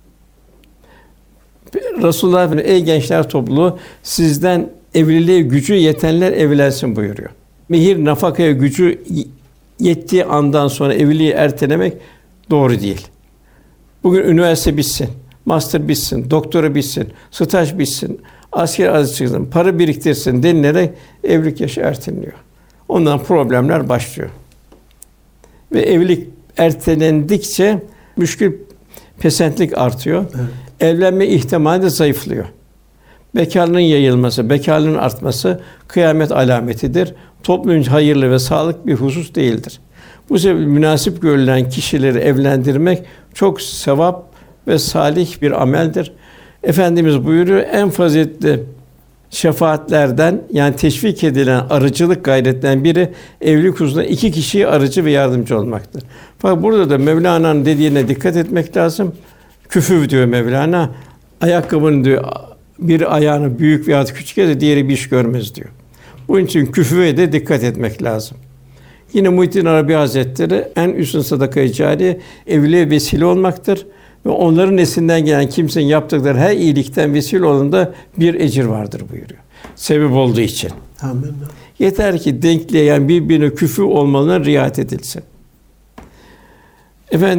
Resulullah Efendimiz, ey gençler topluluğu, sizden evliliğe gücü yetenler evlensin buyuruyor. Mihir nafakaya gücü yettiği andan sonra evliliği ertelemek doğru değil. Bugün üniversite bitsin, master bitsin, doktora bitsin, staj bitsin, asker azı çıksın, para biriktirsin denilerek evlilik yaşı erteleniyor. Ondan problemler başlıyor. Ve evlilik ertelendikçe müşkül pesentlik artıyor. Evet. Evlenme ihtimali de zayıflıyor. Bekârlığın yayılması, bekârlığın artması kıyamet alametidir. Toplum için hayırlı ve sağlıklı bir husus değildir. Bu sebeple münasip görülen kişileri evlendirmek çok sevap ve salih bir ameldir. Efendimiz buyuruyor, en faziletli şefaatlerden yani teşvik edilen arıcılık gayretlerinden biri evlilik hususunda iki kişiye arıcı ve yardımcı olmaktır. Fakat burada da Mevlana'nın dediğine dikkat etmek lazım. Küfüv diyor Mevlana. Ayakkabının diyor bir ayağını büyük veya küçük eder, diğeri bir iş görmez diyor. Bunun için küfüve de dikkat etmek lazım. Yine Muhyiddin Arabi Hazretleri en üstün sadaka-i cariye evliliğe vesile olmaktır ve onların neslinden gelen kimsenin yaptıkları her iyilikten vesile olanda bir ecir vardır buyuruyor. Sebep olduğu için. Amin. Yeter ki denkleyen birbirine küfü olmalarına riayet edilsin. Efendim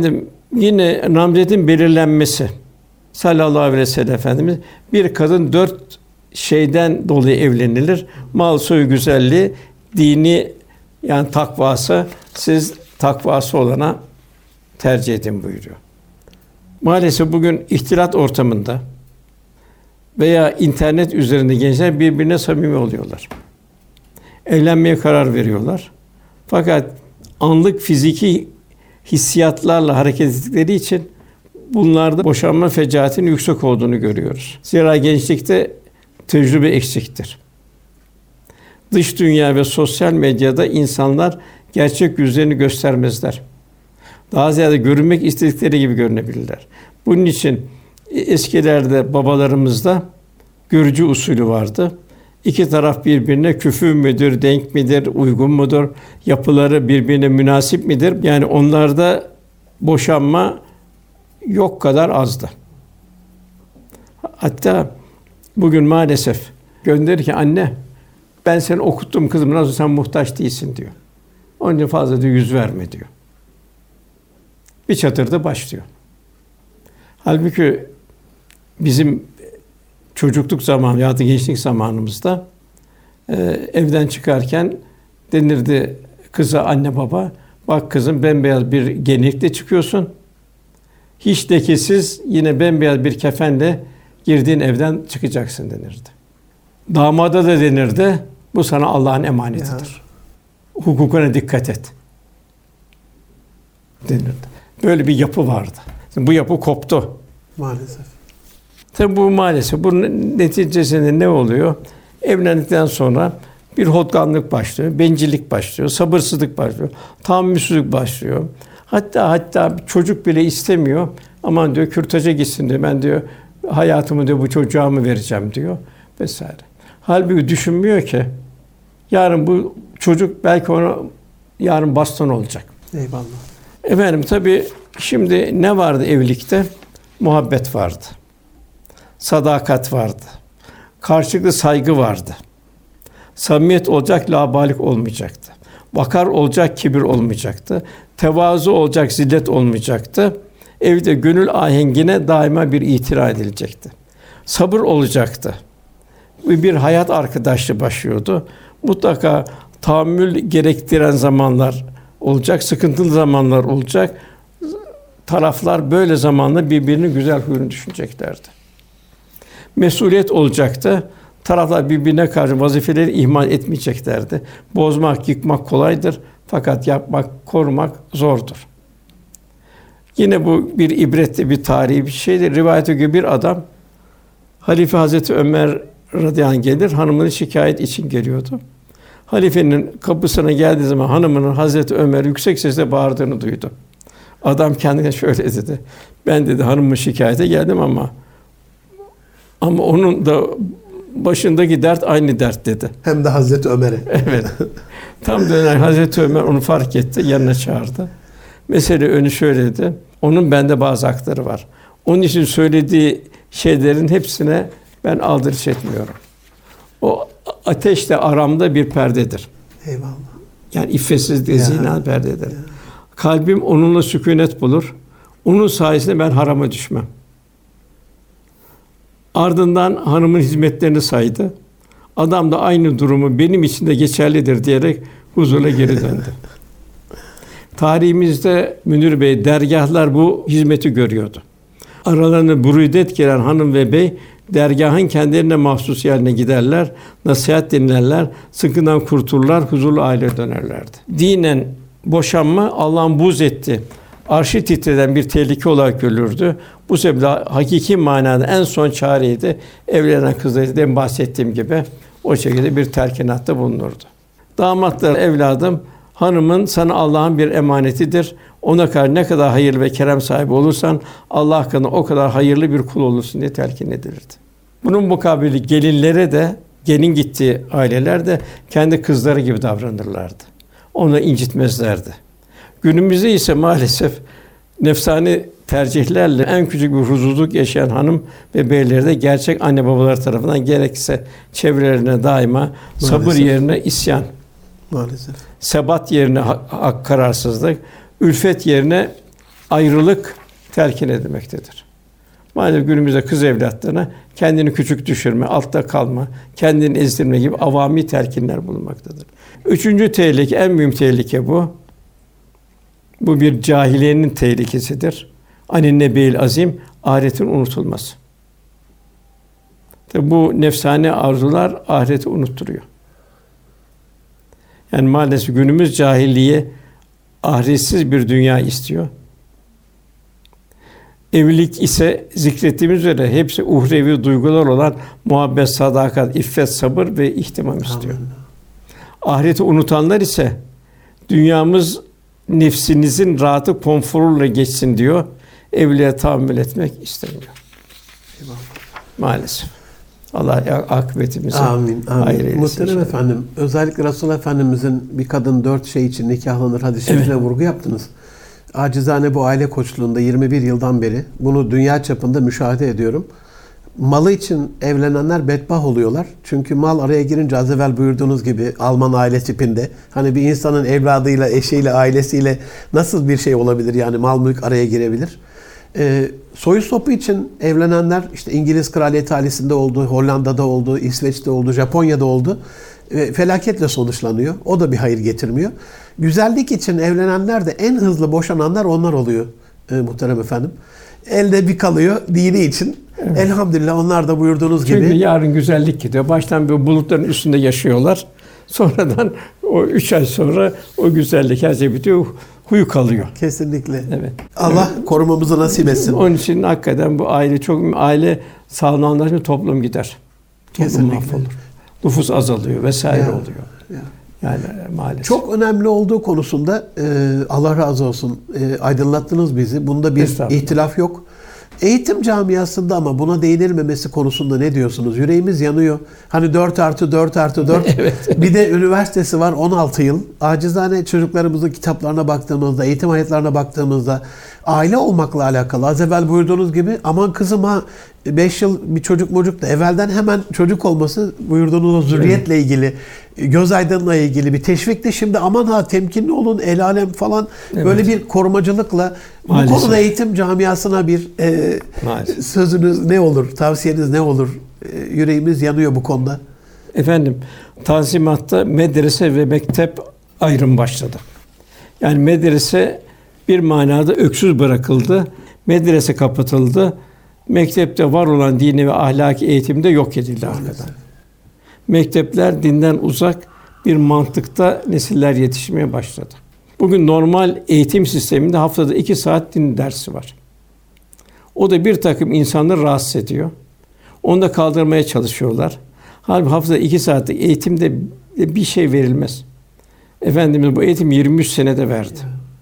Yine namzetin belirlenmesi. Sallallahu aleyhi ve sellem Efendimiz, bir kadın 4 şeyden dolayı evlenilir. Mal, soy, güzelliği, dini yani takvası. Siz takvası olana tercih edin buyuruyor. Maalesef bugün ihtilat ortamında veya internet üzerinde gençler birbirine samimi oluyorlar. Evlenmeye karar veriyorlar. Fakat anlık fiziki hissiyatlarla hareket ettikleri için bunlarda boşanma fecaatinin yüksek olduğunu görüyoruz. Zira gençlikte tecrübe eksiktir. Dış dünya ve sosyal medyada insanlar gerçek yüzlerini göstermezler. Daha ziyade görünmek istedikleri gibi görünebilirler. Bunun için eskilerde babalarımızda görücü usulü vardı. İki taraf birbirine küfü müdür, denk midir, uygun mudur, yapıları birbirine münasip midir? Yani onlarda boşanma yok kadar azdı. Hatta bugün maalesef gönderir ki anne ben seni okuttum kızım nasıl sen muhtaç değilsin diyor. Onun için fazla diyor yüz verme diyor. Bir çatırda başlıyor. Halbuki bizim çocukluk zamanı ya da gençlik zamanımızda evden çıkarken denirdi kıza anne baba bak kızım bembeyaz bir gelinlikle çıkıyorsun. Hiç lekesiz yine bembeyaz bir kefenle girdiğin evden çıkacaksın denirdi. Damada da denirdi bu sana Allah'ın emanetidir. Ya. Hukukuna dikkat et denirdi. Böyle bir yapı vardı. Şimdi bu yapı koptu. Maalesef. Tabii bu maalesef. Bunun neticesinde ne oluyor? Evlendikten sonra bir hodgranlık başlıyor, bencillik başlıyor, sabırsızlık başlıyor, tahammülsüzlük başlıyor. Hatta çocuk bile istemiyor. Aman diyor kürtaja gitsin diyor. Ben diyor hayatımı diyor bu çocuğa mı vereceğim diyor vesaire. Halbuki düşünmüyor ki yarın bu çocuk belki ona yarın baston olacak. Eyvallah. Efendim tabii şimdi ne vardı evlilikte? Muhabbet vardı. Sadakat vardı. Karşılıklı saygı vardı. Samimiyet olacak, laubalik olmayacaktı. Vakar olacak, kibir olmayacaktı. Tevazu olacak, zillet olmayacaktı. Evde gönül ahengine daima bir itira edilecekti. Sabır olacaktı. Bir hayat arkadaşlığı başlıyordu. Mutlaka tahammül gerektiren zamanlar olacak, sıkıntılı zamanlar olacak. Taraflar böyle zamanla birbirinin güzel huyunu düşüneceklerdi. Mesuliyet olacaktı. Taraflar birbirine karşı vazifeleri ihmal etmeyeceklerdi. Bozmak, yıkmak kolaydır fakat yapmak, korumak zordur. Yine bu bir ibretli bir tarihi bir şeydir. Rivayete göre bir adam Halife Hazreti Ömer radıyallahu anh gelir, hanımını şikayet için geliyordu. Halifenin kapısına geldiği zaman hanımının Hazreti Ömer yüksek sesle bağırdığını duydu. Adam kendine şöyle dedi. Ben dedi hanımımı şikayete geldim ama onun da başındaki dert aynı dert dedi. Hem de Hazreti Ömer'e. Evet. Tam dönen Hazreti Ömer onu fark etti, yanına çağırdı. Mesele önü şöyle dedi. Onun bende bazı hakları var. Onun için söylediği şeylerin hepsine ben aldırış etmiyorum. O ateşle aramda bir perdedir. Eyvallah. Yani iffetsizlik, zina perdedir. Kalbim onunla sükûnet bulur. Onun sayesinde ben harama düşmem. Ardından hanımın hizmetlerini saydı. Adam da aynı durumu benim için de geçerlidir diyerek huzura geri döndü. Tarihimizde Münir Bey dergâhlar bu hizmeti görüyordu. Aralarına bürûdet giren hanım ve bey dergâhın kendilerine mahsus yerine giderler, nasihat dinlerler, sıkıntıdan kurtulurlar, huzurlu aileye dönerlerdi. Dinen boşanma Allah'ın buz etti. Arşı titreden bir tehlike olarak görülürdü. Bu sebeple hakiki manada en son çareydi. Evlenen kızlara demin bahsettiğim gibi o şekilde bir telkinatta bulunurdu. Damatlar evladım hanımın sana Allah'ın bir emanetidir. Ona karşı ne kadar hayırlı ve kerem sahibi olursan Allah hakkında o kadar hayırlı bir kul olursun diye telkin edilirdi. Bunun mukabili gelinlere de gelin gittiği aileler de kendi kızları gibi davranırlardı. Onu incitmezlerdi. Günümüzde ise maalesef nefsani tercihlerle en küçük bir huzursuzluk yaşayan hanım ve beyleri de gerçek anne babalar tarafından gerekse çevrelerine daima sabır yerine isyan, maalesef sebat yerine kararsızlık, ülfet yerine ayrılık telkin edilmektedir. Maalesef günümüzde kız evlatlarına kendini küçük düşürme, altta kalma, kendini ezdirme gibi avami telkinler bulunmaktadır. Üçüncü tehlike, en büyük tehlike bu. Bu bir cahiliyenin tehlikesidir. Anin-nebiyil azim, ahiretin unutulması. Tabi bu nefsane arzular ahireti unutturuyor. Yani maalesef günümüz cahiliye ahiretsiz bir dünya istiyor. Evlilik ise zikrettiğimiz üzere hepsi uhrevi duygular olan muhabbet, sadakat, iffet, sabır ve ihtimam istiyor. Amin. Ahireti unutanlar ise dünyamız nefsinizin rahatı, konforuyla geçsin diyor. Evliliğe tahammül etmek istemiyor. Eyvallah. Maalesef. Allah akıbetimizi Amin. hayır eylesin. Muhterem efendim, özellikle Resulullah Efendimizin bir kadın 4 şey için nikahlanır hadis-i şerifine vurgu yaptınız. Acizane bu aile koçluğunda 21 yıldan beri bunu dünya çapında müşahede ediyorum. Malı için evlenenler bedbah oluyorlar. Çünkü mal araya girince az evvel buyurduğunuz gibi Alman aile tipinde hani bir insanın evladıyla, eşiyle, ailesiyle nasıl bir şey olabilir? Yani mal mülk araya girebilir. Soyu sopu için evlenenler işte İngiliz kraliyet ailesinde oldu, Hollanda'da oldu, İsveç'te oldu, Japonya'da oldu. Felaketle sonuçlanıyor. O da bir hayır getirmiyor. Güzellik için evlenenler de en hızlı boşananlar onlar oluyor muhterem efendim. Elde bir kalıyor dini için. Evet. Elhamdülillah onlar da buyurduğunuz gibi. Çünkü yarın güzellik gidiyor. Baştan bir bulutların üstünde yaşıyorlar. Sonradan o 3 ay sonra o güzellik her şey bitiyor. Huyu kalıyor. Kesinlikle. Evet. Allah korumamızı nasip etsin. Onun için hakikaten bu aile sağlamlaşınca toplum gider. Toplum mahvolur. Nüfus azalıyor vesaire oluyor. Ya. Yani maalesef. Çok önemli olduğu konusunda Allah razı olsun aydınlattınız bizi. Bunda bir ihtilaf yok. Eğitim camiasında ama buna değinilmemesi konusunda ne diyorsunuz? Yüreğimiz yanıyor. Hani 4+4+4. Evet. Bir de üniversitesi var 16 yıl. Acizane çocuklarımızın kitaplarına baktığımızda, eğitim hayatlarına baktığımızda aile olmakla alakalı. Az evvel buyurduğunuz gibi aman kızım ha 5 yıl bir çocuk da evvelden hemen çocuk olması buyurduğunuz o zürriyetle ilgili, göz aydınlığa ilgili bir teşvikti. Şimdi aman ha temkinli olun, el alem falan böyle bir korumacılıkla maalesef. Bu konuda eğitim camiasına bir sözünüz ne olur, tavsiyeniz ne olur? Yüreğimiz yanıyor bu konuda. Efendim, Tanzimat'ta medrese ve mektep ayrım başladı. Yani medrese bir manada öksüz bırakıldı. Medrese kapatıldı. Mektepte var olan dini ve ahlaki eğitimde yok edildi arkadan. Mektepler dinden uzak bir mantıkta nesiller yetişmeye başladı. Bugün normal eğitim sisteminde haftada 2 saat din dersi var. O da bir takım insanları rahatsız ediyor. Onu da kaldırmaya çalışıyorlar. Halbuki haftada 2 saatlik eğitimde bir şey verilmez. Efendimiz bu eğitim 23 senede verdi.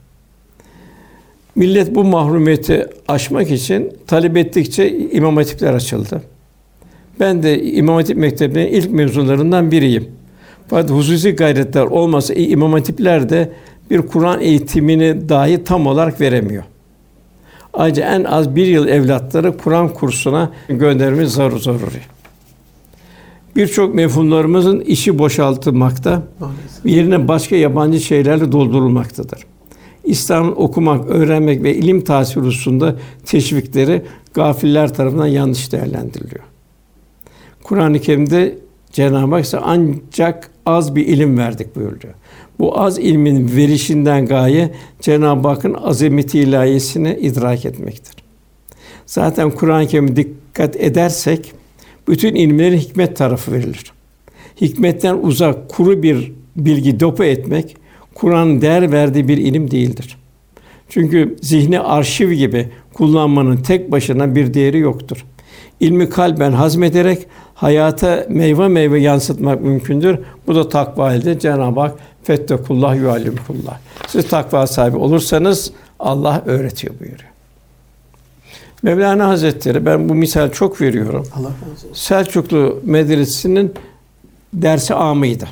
Millet bu mahrumiyeti aşmak için talep ettikçe imam hatipler açıldı. Ben de İmam Hatip Mektebi'nin ilk mezunlarından biriyim. Fakat hususi gayretler olmasa imam hatipler de bir Kur'an eğitimini dahi tam olarak veremiyor. Ayrıca en az 1 yıl evlatları Kur'an kursuna göndermemiz zaruri. Birçok mefhumlarımızın içi boşaltılmakta, yerine başka yabancı şeylerle doldurulmaktadır. İslam'ı okumak, öğrenmek ve ilim tahsili hususunda teşvikleri gafiller tarafından yanlış değerlendiriliyor. Kur'an-ı Kerim'de Cenab-ı Hak ise ancak az bir ilim verdik buyuruyor. Bu az ilmin verişinden gaye Cenab-ı Hakk'ın azameti ilahiyesini idrak etmektir. Zaten Kur'an-ı Kerim'e dikkat edersek bütün ilimlerin hikmet tarafı verilir. Hikmetten uzak kuru bir bilgi depo etmek Kur'an'ın değer verdiği bir ilim değildir. Çünkü zihni arşiv gibi kullanmanın tek başına bir değeri yoktur. İlmi kalben hazmederek hayata meyve yansıtmak mümkündür. Bu da takva ile Cenab-ı Hak fettekullah yuallimkullah. Siz takva sahibi olursanız Allah öğretiyor buyuruyor. Mevlana Hazretleri, ben bu misal çok veriyorum. Allah razı olsun. Selçuklu medresesinin dersi amıydı.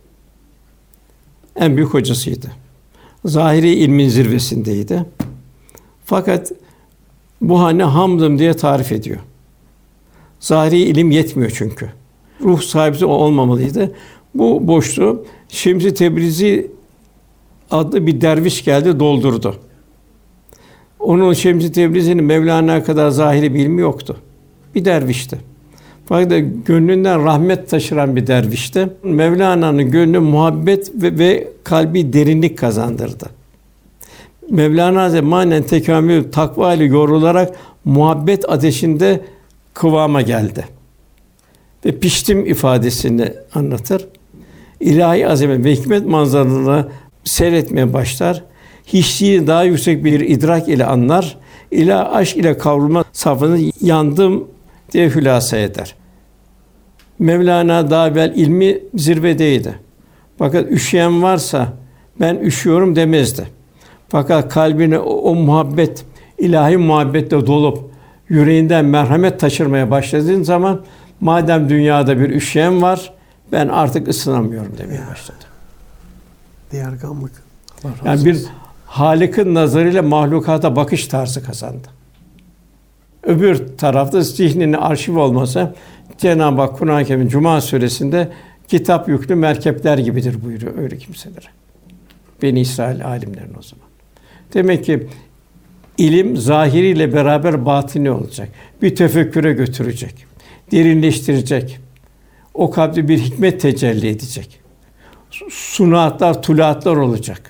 En büyük hocasıydı. Zahiri ilmin zirvesindeydi. Fakat bu hane hamdım diye tarif ediyor. Zahiri ilim yetmiyor çünkü. Ruh sahibi olmamalıydı. Bu boşluğu Şems-i Tebrizi adlı bir derviş geldi, doldurdu. Onun Şems-i Tebrizi'nin Mevlana kadar zahiri bir ilmi yoktu. Bir dervişti. Fakat gönlünden rahmet taşıran bir dervişti. Mevlana'nın gönlü muhabbet ve kalbi derinlik kazandırdı. Mevlana Hazretleri manen tekamül, takva ile yoğrularak muhabbet ateşinde kıvama geldi. Ve piştim ifadesini anlatır. İlahi azamet ve hikmet manzaralarını seyretmeye başlar. Hiçliği daha yüksek bir idrak ile anlar. İlahi aşk ile kavrulma safhasında yandım diye hülasa eder. Mevlana daha evvel ilmi zirvedeydi. Fakat üşüyen varsa ben üşüyorum demezdi. Fakat kalbine o muhabbet, ilahi muhabbetle dolup yüreğinden merhamet taşırmaya başladığın zaman madem dünyada bir üşüyen var, ben artık ısınamıyorum demeye başladı. Diğer gamlık. Yani bir Halık'ın nazarıyla mahlukata bakış tarzı kazandı. Öbür tarafta zihninin arşiv olmasa Cenab-ı Hak Kur'an-ı Kerim Cuma suresinde kitap yüklü merkepler gibidir buyuruyor öyle kimselere. Beni İsrail alimlerin o zaman. Demek ki ilim zahiriyle beraber batini olacak. Bir tefekküre götürecek. Derinleştirecek. O kalpte bir hikmet tecelli edecek. Sunuatlar, tuluatlar olacak.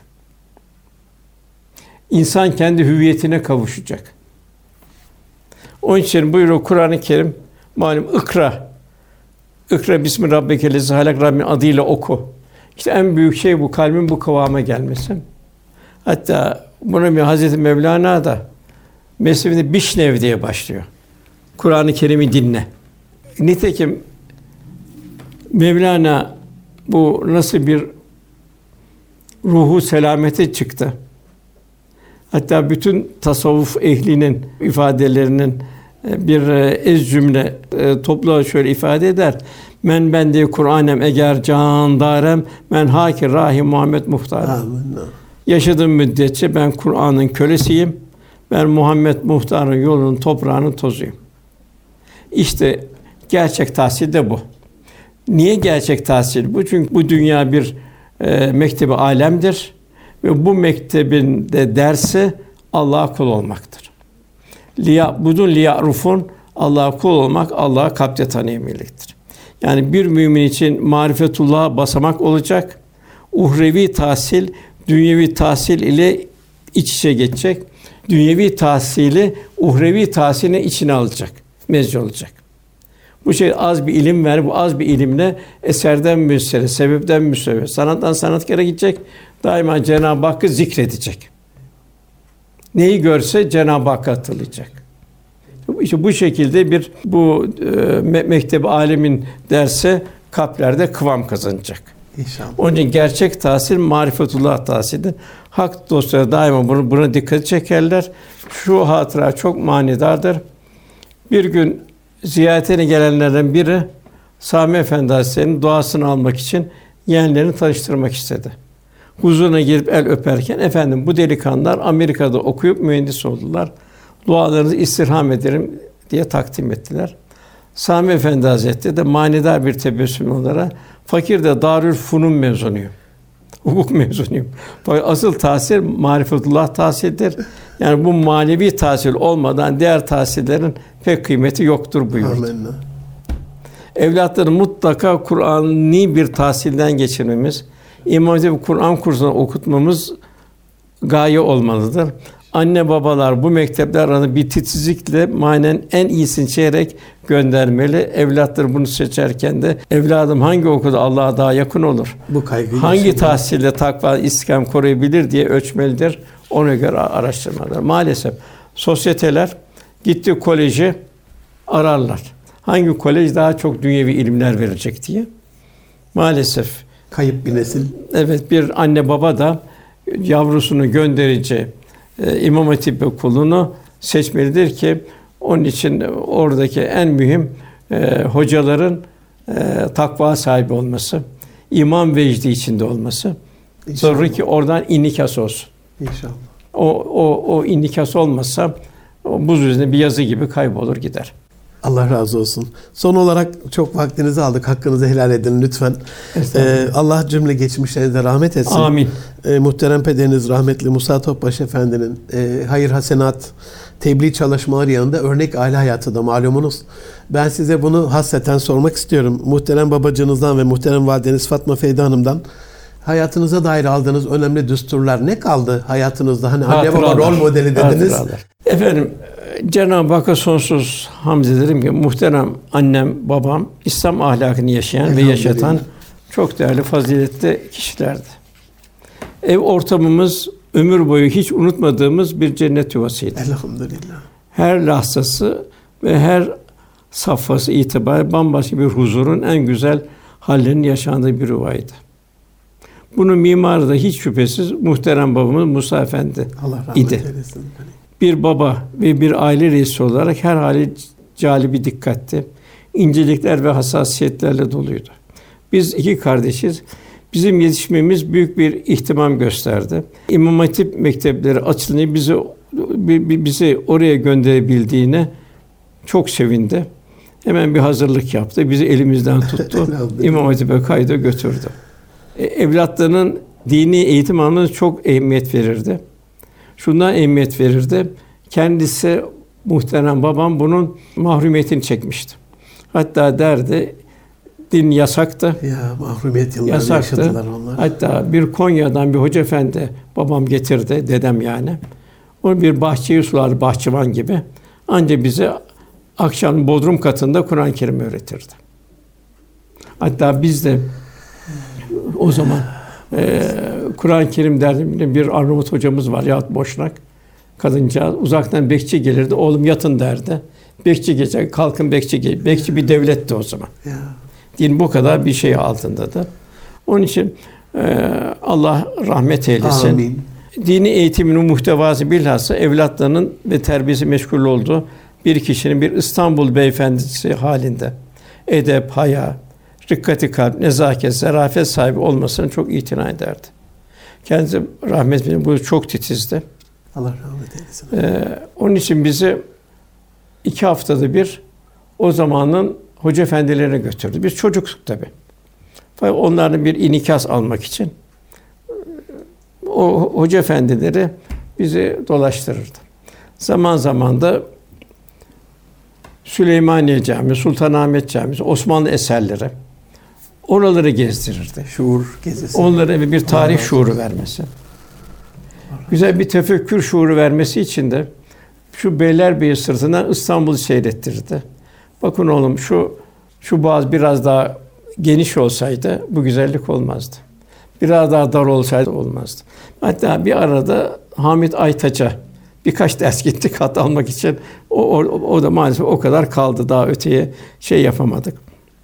İnsan kendi hüviyetine kavuşacak. Onun için buyuruyor Kur'an-ı Kerim, malum ikra. İkra bismi rabbikellezî halak, Rabbin adıyla oku. İşte en büyük şey bu, kalbin bu kıvama gelmesi. Hatta buna bir Hazreti Mevlana da mesnevinde Bişnev diye başlıyor. Kur'an-ı Kerim'i dinle. Nitekim Mevlana bu nasıl bir ruhu selamete çıktı. Hatta bütün tasavvuf ehlinin ifadelerinin bir ez cümle toplu şöyle ifade eder. Men bende Kur'anem eğer can darem men haki rahi Muhammed muhtar. Yaşadığım müddetçe ben Kur'an'ın kölesiyim. Ben Muhammed Muhtar'ın yolunun toprağının tozuyum. İşte gerçek tahsil de bu. Niye gerçek tahsil bu? Çünkü bu dünya bir mektebi alemdir ve bu mektebin de dersi Allah'a kul olmaktır. Liya'budun liya'rufun, Allah'a kul olmak, Allah'a kalpte tanıyabilmektir. Yani bir mümin için marifetullah'a basamak olacak. Uhrevi tahsil, dünyevi tahsil ile iç içe geçecek. Dünyevi tahsili uhrevi tahsiline içine alacak, mezci olacak. Bu şey az bir ilim ver, bu az bir ilimle eserden müessere, sebepten müsebbe, sanattan sanatkara gidecek. Daima Cenab-ı Hakk'ı zikredecek. Neyi görse Cenab-ı Hakk'ı hatırlayacak. İşte bu şekilde bir mektep alemin dersi kalplerde kıvam kazanacak. İnşallah. Onun için gerçek tahsil marifetullah tahsilidir. Hak dostları daima buna dikkat çekerler. Şu hatıra çok manidardır. Bir gün ziyaretine gelenlerden biri Sami Efendi Hazretleri'nin duasını almak için yeğenlerini tanıştırmak istedi. Huzuruna girip el öperken, efendim bu delikanlılar Amerika'da okuyup mühendis oldular. Dualarınızı istirham ederim diye takdim ettiler. Sami Efendi Hazretleri de manidar bir tebessüm olarak fakir de Darülfünun mezunuyum. Hukuk mezunuyum. Fakat asıl tahsil marifetullah tahsildir. Yani bu manevi tahsil olmadan diğer tahsillerin pek kıymeti yoktur buyurdu. Amenna. Evlatları mutlaka Kur'an'ı bir tahsilden geçirmemiz, İmam Hatip Kur'an kursuna okutmamız gaye olmalıdır. Anne babalar bu mektepler arasında bir titizlikle manen en iyisini seçerek göndermeli. Evlatları bunu seçerken de evladım hangi okulda Allah'a daha yakın olur? Bu kaygıyı hangi tahsilde takva istikam koruyabilir diye ölçmelidir. Ona göre araştırmalar. Maalesef sosyeteler gitti koleji ararlar. Hangi kolej daha çok dünyevi ilimler verecek diye. Maalesef kayıp bir nesil. Evet, bir anne baba da yavrusunu gönderici İmam Hatip okulunu seçmelidir ki onun için oradaki en mühim hocaların takva sahibi olması, iman vecdi içinde olması. Sonra ki oradan inikas olsun. İnşallah. O inikas olmazsa o buz üzerinde bir yazı gibi kaybolur gider. Allah razı olsun. Son olarak çok vaktinizi aldık. Hakkınızı helal edin lütfen. Allah cümle geçmişlerinize rahmet etsin. Amin. Muhterem pederiniz rahmetli Musa Topbaş Efendi'nin hayır hasenat tebliğ çalışmaları yanında örnek aile hayatı da malumunuz. Ben size bunu hasreten sormak istiyorum. Muhterem babacığınızdan ve muhterem valideniz Fatma Feyda Hanım'dan hayatınıza dair aldığınız önemli düsturlar ne kaldı hayatınızda? Hani anne baba rol modeli dediniz. Hatıralar. Efendim, Cenab-ı Hakk'a sonsuz hamd ederim ki muhterem annem, babam İslam ahlakını yaşayan ve yaşatan çok değerli, faziletli kişilerdi. Ev ortamımız ömür boyu hiç unutmadığımız bir cennet yuvasıydı. Elhamdülillah. Her lahzası ve her safhası itibariyle bambaşka bir huzurun en güzel hallerinin yaşandığı bir yuvaydı. Bunun mimarı da hiç şüphesiz muhterem babamız Musa Efendi Allah rahmet idi. eylesin. Bir baba ve bir aile reisi olarak her hali calibi dikkatti. İncelikler ve hassasiyetlerle doluydu. Biz iki kardeşiz. Bizim yetişmemiz büyük bir ihtimam gösterdi. İmam Hatip mektepleri açılınca bizi oraya gönderebildiğine çok sevindi. Hemen bir hazırlık yaptı. Bizi elimizden tuttu. İmam Hatip'e kaydı götürdü. Evlatlarının dini eğitim almasına çok ehemmiyet verirdi. Şundan ehemmiyet verirdi. Kendisi muhterem babam bunun mahrumiyetini çekmişti. Hatta derdi din yasaktı. Ya mahrumiyet yıllarını yaşadılar onlar. Hatta bir Konya'dan bir hoca efendi babam getirdi, dedem yani. O bir bahçeyi sular, bahçıvan gibi. Ancak bize akşam bodrum katında Kur'an-ı Kerim öğretirdi. Hatta biz de o zaman Kur'an-ı Kerim derdim, bir Arnavut hocamız var yahut Boşnak kadıncağız. Uzaktan bekçi gelirdi, oğlum yatın derdi. Bekçi geçer, kalkın bekçi gel. Bekçi bir devletti o zaman. Ya. Din bu kadar bir şey altındadır. Onun için Allah rahmet eylesin. Amin. Dini eğitiminin muhtevası bilhassa evlatlarının ve terbiyesi meşgul olduğu bir kişinin bir İstanbul beyefendisi halinde edep, haya, rikkati kalp, nezaket, zarafet sahibi olmasını çok itina ederdi. Kendisi rahmetli, bu çok titizdi. Allah rahmet eylesin. Onun için bizi 2 haftada bir o zamanın hoca efendilerine götürdü. Biz çocuktuk tabii. Fakat onların bir inikas almak için o hoca efendileri bizi dolaştırırdı. Zaman zaman da Süleymaniye Camii, Sultanahmet Camii, Osmanlı eserleri oraları gezdirirdi. Şuur gezisi. Onlara bir tarih şuuru vermesi. Güzel bir tefekkür şuuru vermesi için de şu Beylerbeyi sırtından İstanbul'u seyrettirdi. Bakın oğlum şu boğaz biraz daha geniş olsaydı bu güzellik olmazdı. Biraz daha dar olsaydı olmazdı. Hatta bir arada Hamit Aytaç'a birkaç ders gittik hat almak için. O da maalesef o kadar kaldı. Daha öteye yapamadık.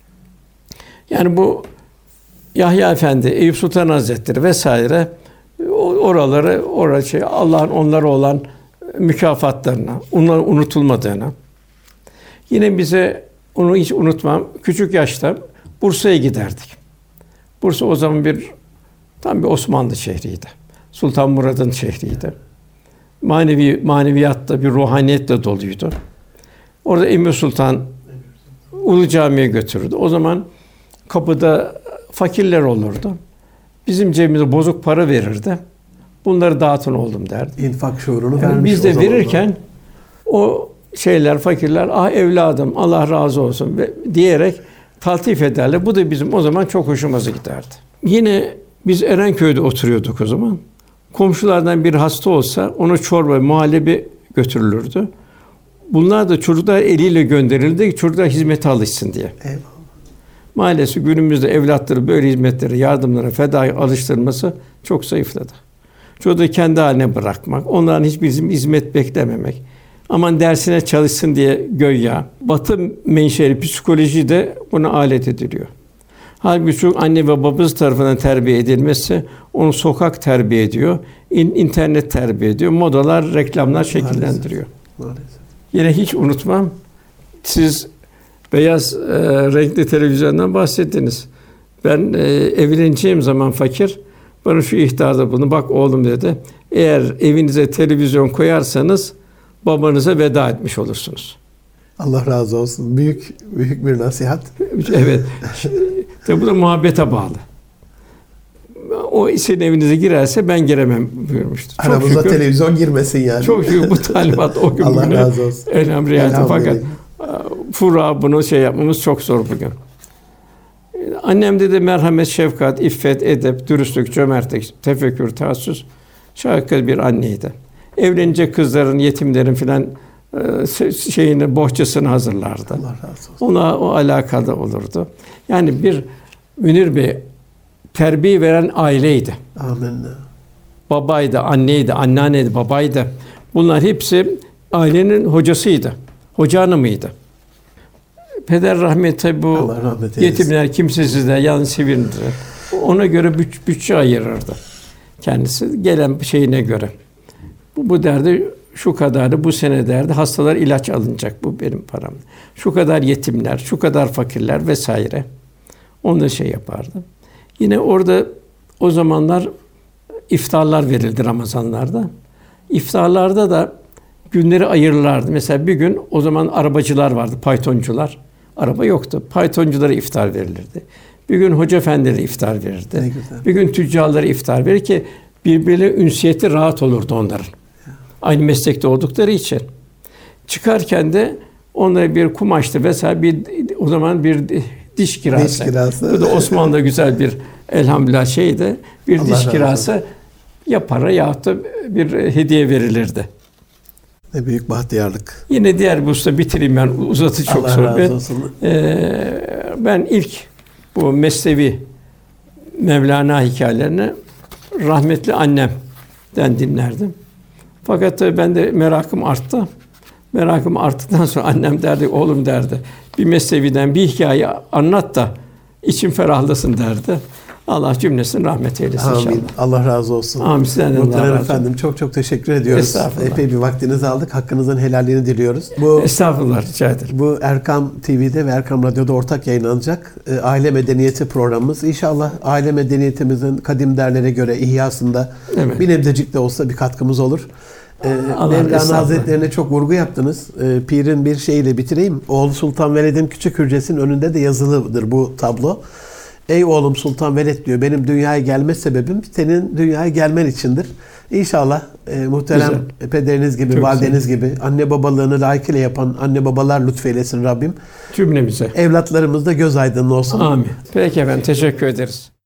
Yani bu Yahya Efendi, Eyüp Sultan Hazretleri vesaire oraları Allah'ın onlara olan mükafatlarına, onların unutulmadığına. Yine bize onu hiç unutmam. Küçük yaşta Bursa'ya giderdik. Bursa o zaman tam bir Osmanlı şehriydi. Sultan Murad'ın şehriydi. Maneviyatta bir ruhaniyetle doluydu. Orada Emir Sultan Ulu Cami'ye götürürdü. O zaman kapıda fakirler olurdu. Bizim cebimize bozuk para verirdi. Bunları dağıtın oğlum derdi. İnfak şuurunu Yani vermiş. biz de verirken o fakirler, ah evladım Allah razı olsun diyerek taltif ederler. Bu da bizim o zaman çok hoşumuza giderdi. Yine biz Erenköy'de oturuyorduk o zaman. Komşulardan bir hasta olsa ona çorba, muhallebi götürülürdü. Bunlar da çocuklar eliyle gönderildi ki çocuklar hizmete alışsın diye. Eyvallah. Maalesef günümüzde evlatları böyle hizmetlere, yardımlara fedai alıştırması çok zayıfladı. Çocuğu kendi haline bırakmak, onların hiçbir hizmet beklememek. Aman dersine çalışsın diye güya. Batı menşeli psikoloji de buna alet ediliyor. Halbuki çocuk anne ve babası tarafından terbiye edilmesi, onu sokak terbiye ediyor, internet terbiye ediyor, modalar, reklamlar şekillendiriyor. Maalesef. Yine hiç unutmam, siz beyaz renkli televizyondan bahsettiniz. Ben evleneceğim zaman fakir, bana şu ihtarda bulundu. Bak oğlum dedi, eğer evinize televizyon koyarsanız babanıza veda etmiş olursunuz. Allah razı olsun. Büyük bir nasihat. Evet. Tabi bu da muhabbete bağlı. O senin evinize girerse ben giremem buyurmuştu. Çok Aramıza şükür, televizyon girmesin yani. çok şükür bu talimat o gün Allah bugüne razı olsun. elham riayeti. Elhamdülillah. Fakat fura bunu yapmamız çok zor bugün. Annemde de merhamet, şefkat, iffet, edep, dürüstlük, cömertlik, tefekkür, taassüs şahika bir anneydi. Evlenecek kızların, yetimlerin filan bohçasını hazırlardı. Allah razı olsun. Ona o alakada olurdu. Yani bir Münir Bey terbiye veren aileydi. Amenna. Babaydı, anneydi, anneanneydi, babaydı. Bunlar hepsi ailenin hocasıydı. Hoca hanımıydı. Peder rahmet tabi bu Allah rahmet eylesin. yetimler, kimsesizler, yalnız sevinirdi. Ona göre bütçe ayırırdı. Kendisi gelen şeyine göre. Bu derdi şu kadarı, bu sene derdi hastalar ilaç alınacak, bu benim param. Şu kadar yetimler, şu kadar fakirler vesaire. Onu da yapardı. Yine orada o zamanlar iftarlar verildi Ramazanlarda. İftarlarda da günleri ayırırlardı. Mesela bir gün o zaman arabacılar vardı, paytoncular. Araba yoktu. Paytonculara iftar verilirdi. Bir gün hoca efendilere iftar verirdi. Ne güzel. Bir gün tüccarlara iftar verir ki birbirine ünsiyeti rahat olurdu onların. Aynı meslekte oldukları için. Çıkarken de onlara bir kumaştı vesaire o zaman bir diş kirası. Diş kirası. Bu da Osmanlı'da güzel bir elhamdülillah şeydi. Bir Allah diş razı kirası ya para yahut da bir hediye verilirdi. Ne büyük bahtiyarlık. Yine diğer bir usta bitireyim ben uzatı çok Allah sohbet. razı olsun. Ben ilk bu Mesnevi Mevlana hikâyelerini rahmetli annemden dinlerdim. Fakat tabii ben de merakım arttı. Merakım arttıktan sonra annem derdi, oğlum derdi, bir Mesnevi'den bir hikaye anlat da içim ferahlasın derdi. Allah cümlesini rahmet eylesin Amin. inşallah. Allah razı olsun. Amin. Sizden de Allah Muhterem razı olsun. efendim çok teşekkür ediyoruz. Estağfurullah. Epey bir vaktinizi aldık. Hakkınızın helalliğini diliyoruz. Estağfurullah, rica ederim. Bu Erkam TV'de ve Erkam Radyo'da ortak yayınlanacak Aile Medeniyeti programımız. İnşallah aile medeniyetimizin kadim değerlere göre ihyasında Evet. bir nebzecik de olsa bir katkımız olur. Allah Mevlana estağfurullah. Hazretlerine çok vurgu yaptınız. Pir'in bir şeyiyle bitireyim. Oğlu Sultan Veled'in küçük hücresinin önünde de yazılıdır bu tablo. Ey oğlum Sultan Veled diyor, benim dünyaya gelme sebebim senin dünyaya gelmen içindir. İnşallah muhterem pederiniz gibi, Çok valideniz gibi anne babalığını layıkıyla yapan anne babalar lütfeylesin Rabbim. Cümlemize. Evlatlarımız da göz aydınlı olsun. Amin. Peki efendim, teşekkür ederiz.